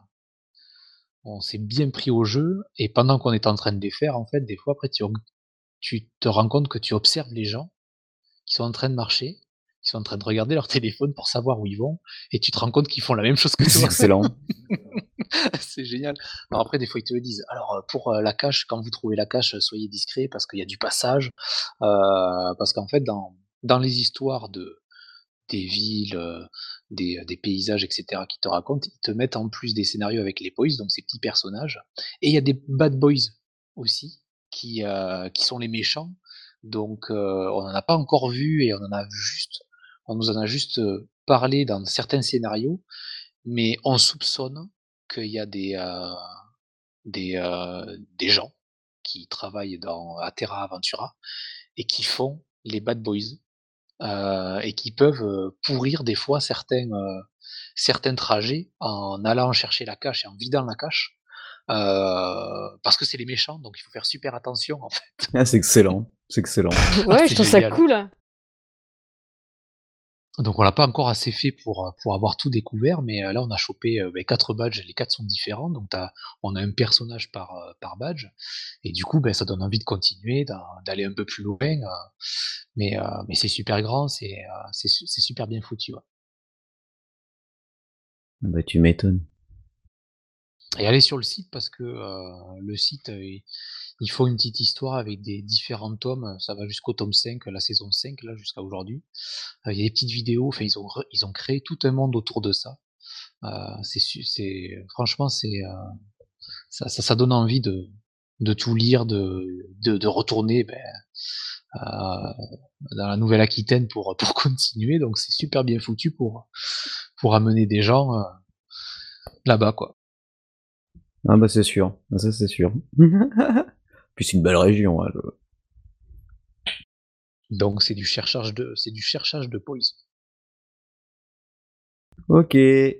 On s'est bien pris au jeu et pendant qu'on est en train de les faire, en fait, des fois après tu te rends compte que tu observes les gens qui sont en train de marcher, Ils sont en train de regarder leur téléphone pour savoir où ils vont, et tu te rends compte qu'ils font la même chose que C'est toi. excellent. C'est génial. Alors après, des fois, ils te le disent. Alors, pour la cache, quand vous trouvez la cache, soyez discret parce qu'il y a du passage. Parce qu'en fait, dans les histoires des villes, des paysages, etc., qui te racontent, ils te mettent en plus des scénarios avec les boys, donc ces petits personnages. Et il y a des bad boys aussi, qui sont les méchants. Donc, on n'en a pas encore vu et on nous en a juste parlé dans certains scénarios, mais on soupçonne qu'il y a des gens qui travaillent à Terra Aventura et qui font les bad boys, et qui peuvent pourrir des fois certains trajets en allant chercher la cache et en vidant la cache, parce que c'est les méchants, donc il faut faire super attention en fait. Ah, c'est excellent. C'est excellent. Ouais, je C'est trouve ça génial. cool. Hein. Donc on l'a pas encore assez fait pour avoir tout découvert, mais là on a chopé 4 badges, les 4 sont différents, donc on a un personnage par badge, et du coup ça donne envie de continuer, d'aller un peu plus loin, mais c'est super grand, c'est super bien foutu. Ouais. Bah, tu m'étonnes. Et aller sur le site parce que le site, ils font une petite histoire avec des différents tomes, ça va jusqu'au tome 5, la saison 5, là, jusqu'à aujourd'hui. Il y a des petites vidéos, enfin, ils ont créé tout un monde autour de ça. Franchement, ça donne envie de tout lire, de retourner dans la Nouvelle-Aquitaine pour continuer. Donc, c'est super bien foutu pour amener des gens là-bas, quoi. Ah bah c'est sûr. Ah, ça c'est sûr. Puis c'est une belle région. Hein, Donc, c'est du cherchage de police. Ok.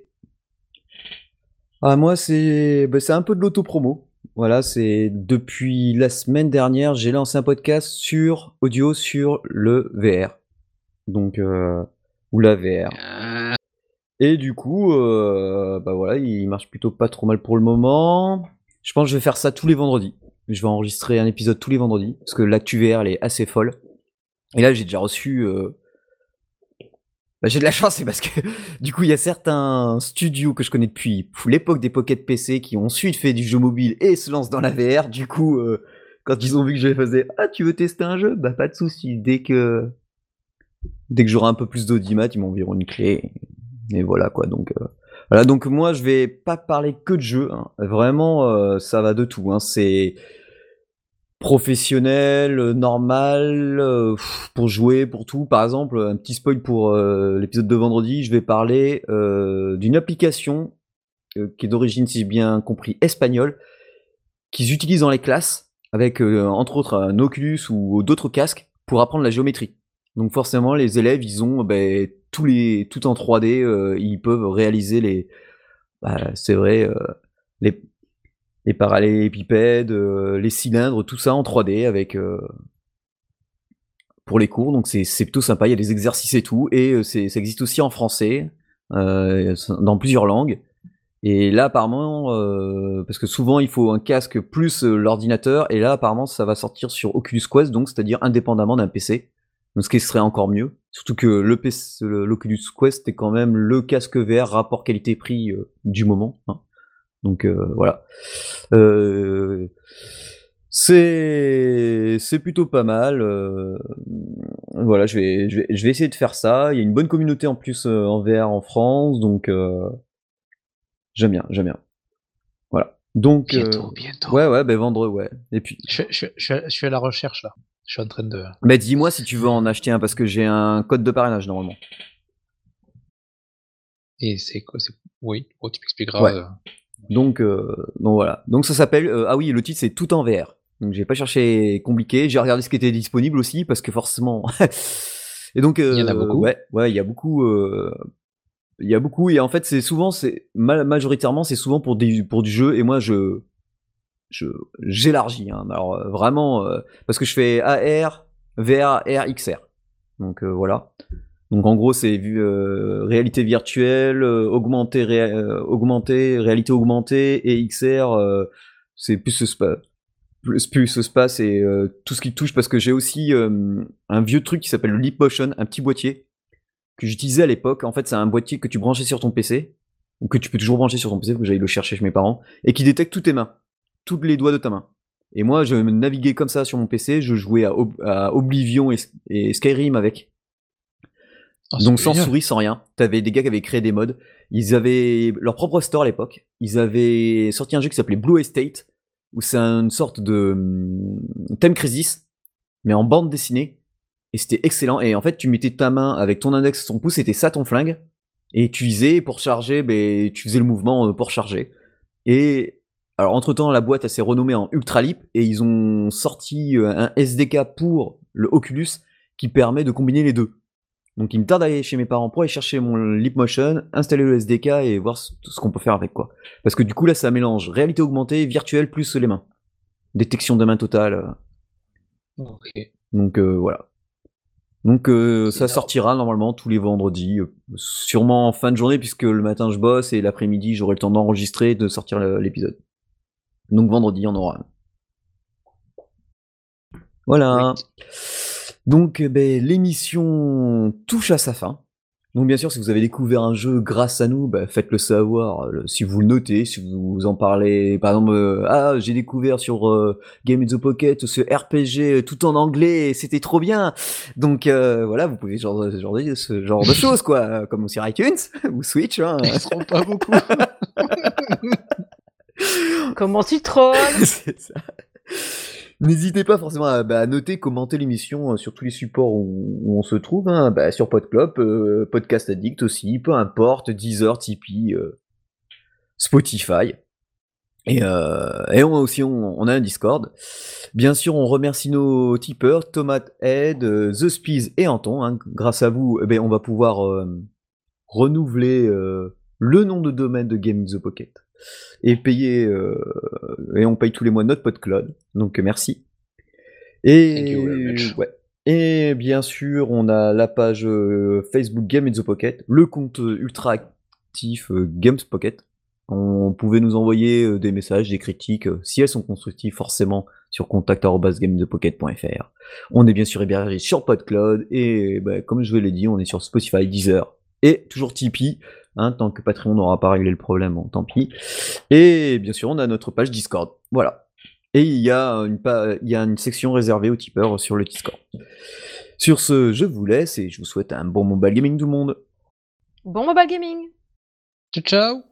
Ah moi c'est un peu de l'auto-promo. Voilà, c'est depuis la semaine dernière, j'ai lancé un podcast audio sur le VR. Donc ou la VR. Et du coup bah voilà, il marche plutôt pas trop mal pour le moment. Je pense que je vais faire ça tous les vendredis. Je vais enregistrer un épisode tous les vendredis parce que l'actu VR elle est assez folle. Et là j'ai déjà reçu bah, j'ai de la chance, c'est parce que du coup, il y a certains studios que je connais depuis l'époque des Pocket PC qui ont ensuite fait du jeu mobile et se lancent dans la VR. Du coup, quand ils ont vu que je faisais ah, tu veux tester un jeu? Bah, pas de souci. Dès que j'aurai un peu plus d'audimat, ils m'enverront une clé. Et voilà quoi. Donc, voilà. Donc, moi, je vais pas parler que de jeux. Hein. Vraiment, ça va de tout. Hein. C'est professionnel, normal, pour jouer, pour tout. Par exemple, un petit spoil pour l'épisode de vendredi, je vais parler d'une application qui est d'origine, si j'ai bien compris, espagnole, qu'ils utilisent dans les classes, avec entre autres un Oculus ou d'autres casques, pour apprendre la géométrie. Donc forcément, les élèves, ils ont tout en 3D, ils peuvent réaliser c'est vrai, les, les parallélépipèdes, les cylindres, tout ça en 3D avec pour les cours, donc c'est plutôt sympa. Il y a des exercices et tout, et ça existe aussi en français, dans plusieurs langues. Et là, apparemment, parce que souvent il faut un casque plus l'ordinateur, et là, apparemment, ça va sortir sur Oculus Quest, donc c'est-à-dire indépendamment d'un PC. Donc, ce qui serait encore mieux. Surtout que l'Oculus Quest est quand même le casque VR rapport qualité-prix du moment. Hein. Donc voilà. Euh, c'est plutôt pas mal. Voilà, je vais essayer de faire ça. Il y a une bonne communauté en plus en VR en France, donc j'aime bien, j'aime bien. Voilà. Donc Bientôt. ouais, ben vendre, ouais. Et puis, Je suis à la recherche là. Je suis en train de. bah dis-moi si tu veux en acheter un parce que j'ai un code de parrainage normalement. Et c'est quoi? Oui, oh, tu m'expliqueras. Ouais. Donc voilà. Donc ça s'appelle ah oui, le titre c'est Tout en VR. Donc j'ai pas cherché compliqué, j'ai regardé ce qui était disponible aussi parce que forcément. Et donc Il y en a beaucoup. ouais, il y a beaucoup et en fait majoritairement c'est souvent pour du jeu et moi j'élargis hein. Alors vraiment parce que je fais AR, VR, AR, XR. Donc voilà. Donc en gros, c'est réalité virtuelle, réalité augmentée et XR. C'est plus ce space et tout ce qui touche parce que j'ai aussi un vieux truc qui s'appelle le Leap Motion, un petit boîtier que j'utilisais à l'époque. En fait, c'est un boîtier que tu branchais sur ton PC, ou que tu peux toujours brancher sur ton PC, faut que j'aille le chercher chez mes parents, et qui détecte toutes tes mains, tous les doigts de ta main. Et moi, je naviguais comme ça sur mon PC, je jouais à Oblivion et Skyrim avec. Donc sans souris, sans rien. T'avais des gars qui avaient créé des mods. Ils avaient leur propre store à l'époque. Ils avaient sorti un jeu qui s'appelait Blue Estate, où c'est une sorte de Thème Crisis, mais en bande dessinée. Et c'était excellent. Et en fait, tu mettais ta main avec ton index et ton pouce, c'était ça ton flingue. Et tu visais pour charger, tu faisais le mouvement pour charger. Et alors entre-temps, la boîte elle s'est renommée en Ultralip et ils ont sorti un SDK pour le Oculus qui permet de combiner les deux. Donc il me tarde d'aller chez mes parents pour aller chercher mon Leapmotion, installer le SDK et voir ce qu'on peut faire avec quoi. Parce que du coup là ça mélange réalité augmentée, virtuelle plus les mains. Détection de main totale. Ok. Donc voilà. Donc ça sortira normalement tous les vendredis, sûrement en fin de journée puisque le matin je bosse et l'après-midi j'aurai le temps d'enregistrer et de sortir l'épisode. Donc vendredi on aura un. Voilà. Oui. Donc l'émission touche à sa fin. Donc bien sûr si vous avez découvert un jeu grâce à nous, faites-le savoir, si vous le notez, si vous en parlez, par exemple j'ai découvert sur Game in the Pocket ce RPG tout en anglais et c'était trop bien. Donc voilà, vous pouvez ce genre de choses quoi, comme sur iTunes ou Switch. Hein. Ils seront pas beaucoup. Comment tu trolles? C'est ça. N'hésitez pas forcément à noter, commenter l'émission sur tous les supports où on se trouve, hein, sur PodClub, Podcast Addict aussi, peu importe, Deezer, Tipeee, Spotify. Et on a un Discord. Bien sûr, on remercie nos tipeurs, Tomate Head, The Spees et Anton. Hein. Grâce à vous, on va pouvoir renouveler le nom de domaine de Game in the Pocket. Et on paye tous les mois notre PodCloud, donc merci. Et bien sûr, on a la page Facebook Game in the Pocket, le compte ultra actif Games Pocket. On pouvait nous envoyer des messages, des critiques, si elles sont constructives, forcément, sur contact@gameinthepocket.fr. On est bien sûr hébergé sur PodCloud, et comme je vous l'ai dit, on est sur Spotify, Deezer, et toujours Tipeee. Hein, tant que Patreon n'aura pas réglé le problème, bon, tant pis. Et bien sûr, on a notre page Discord. Voilà. Et il y a une section réservée aux tipeurs sur le Discord. Sur ce, je vous laisse et je vous souhaite un bon mobile gaming tout le monde. Bon mobile gaming. Ciao, ciao.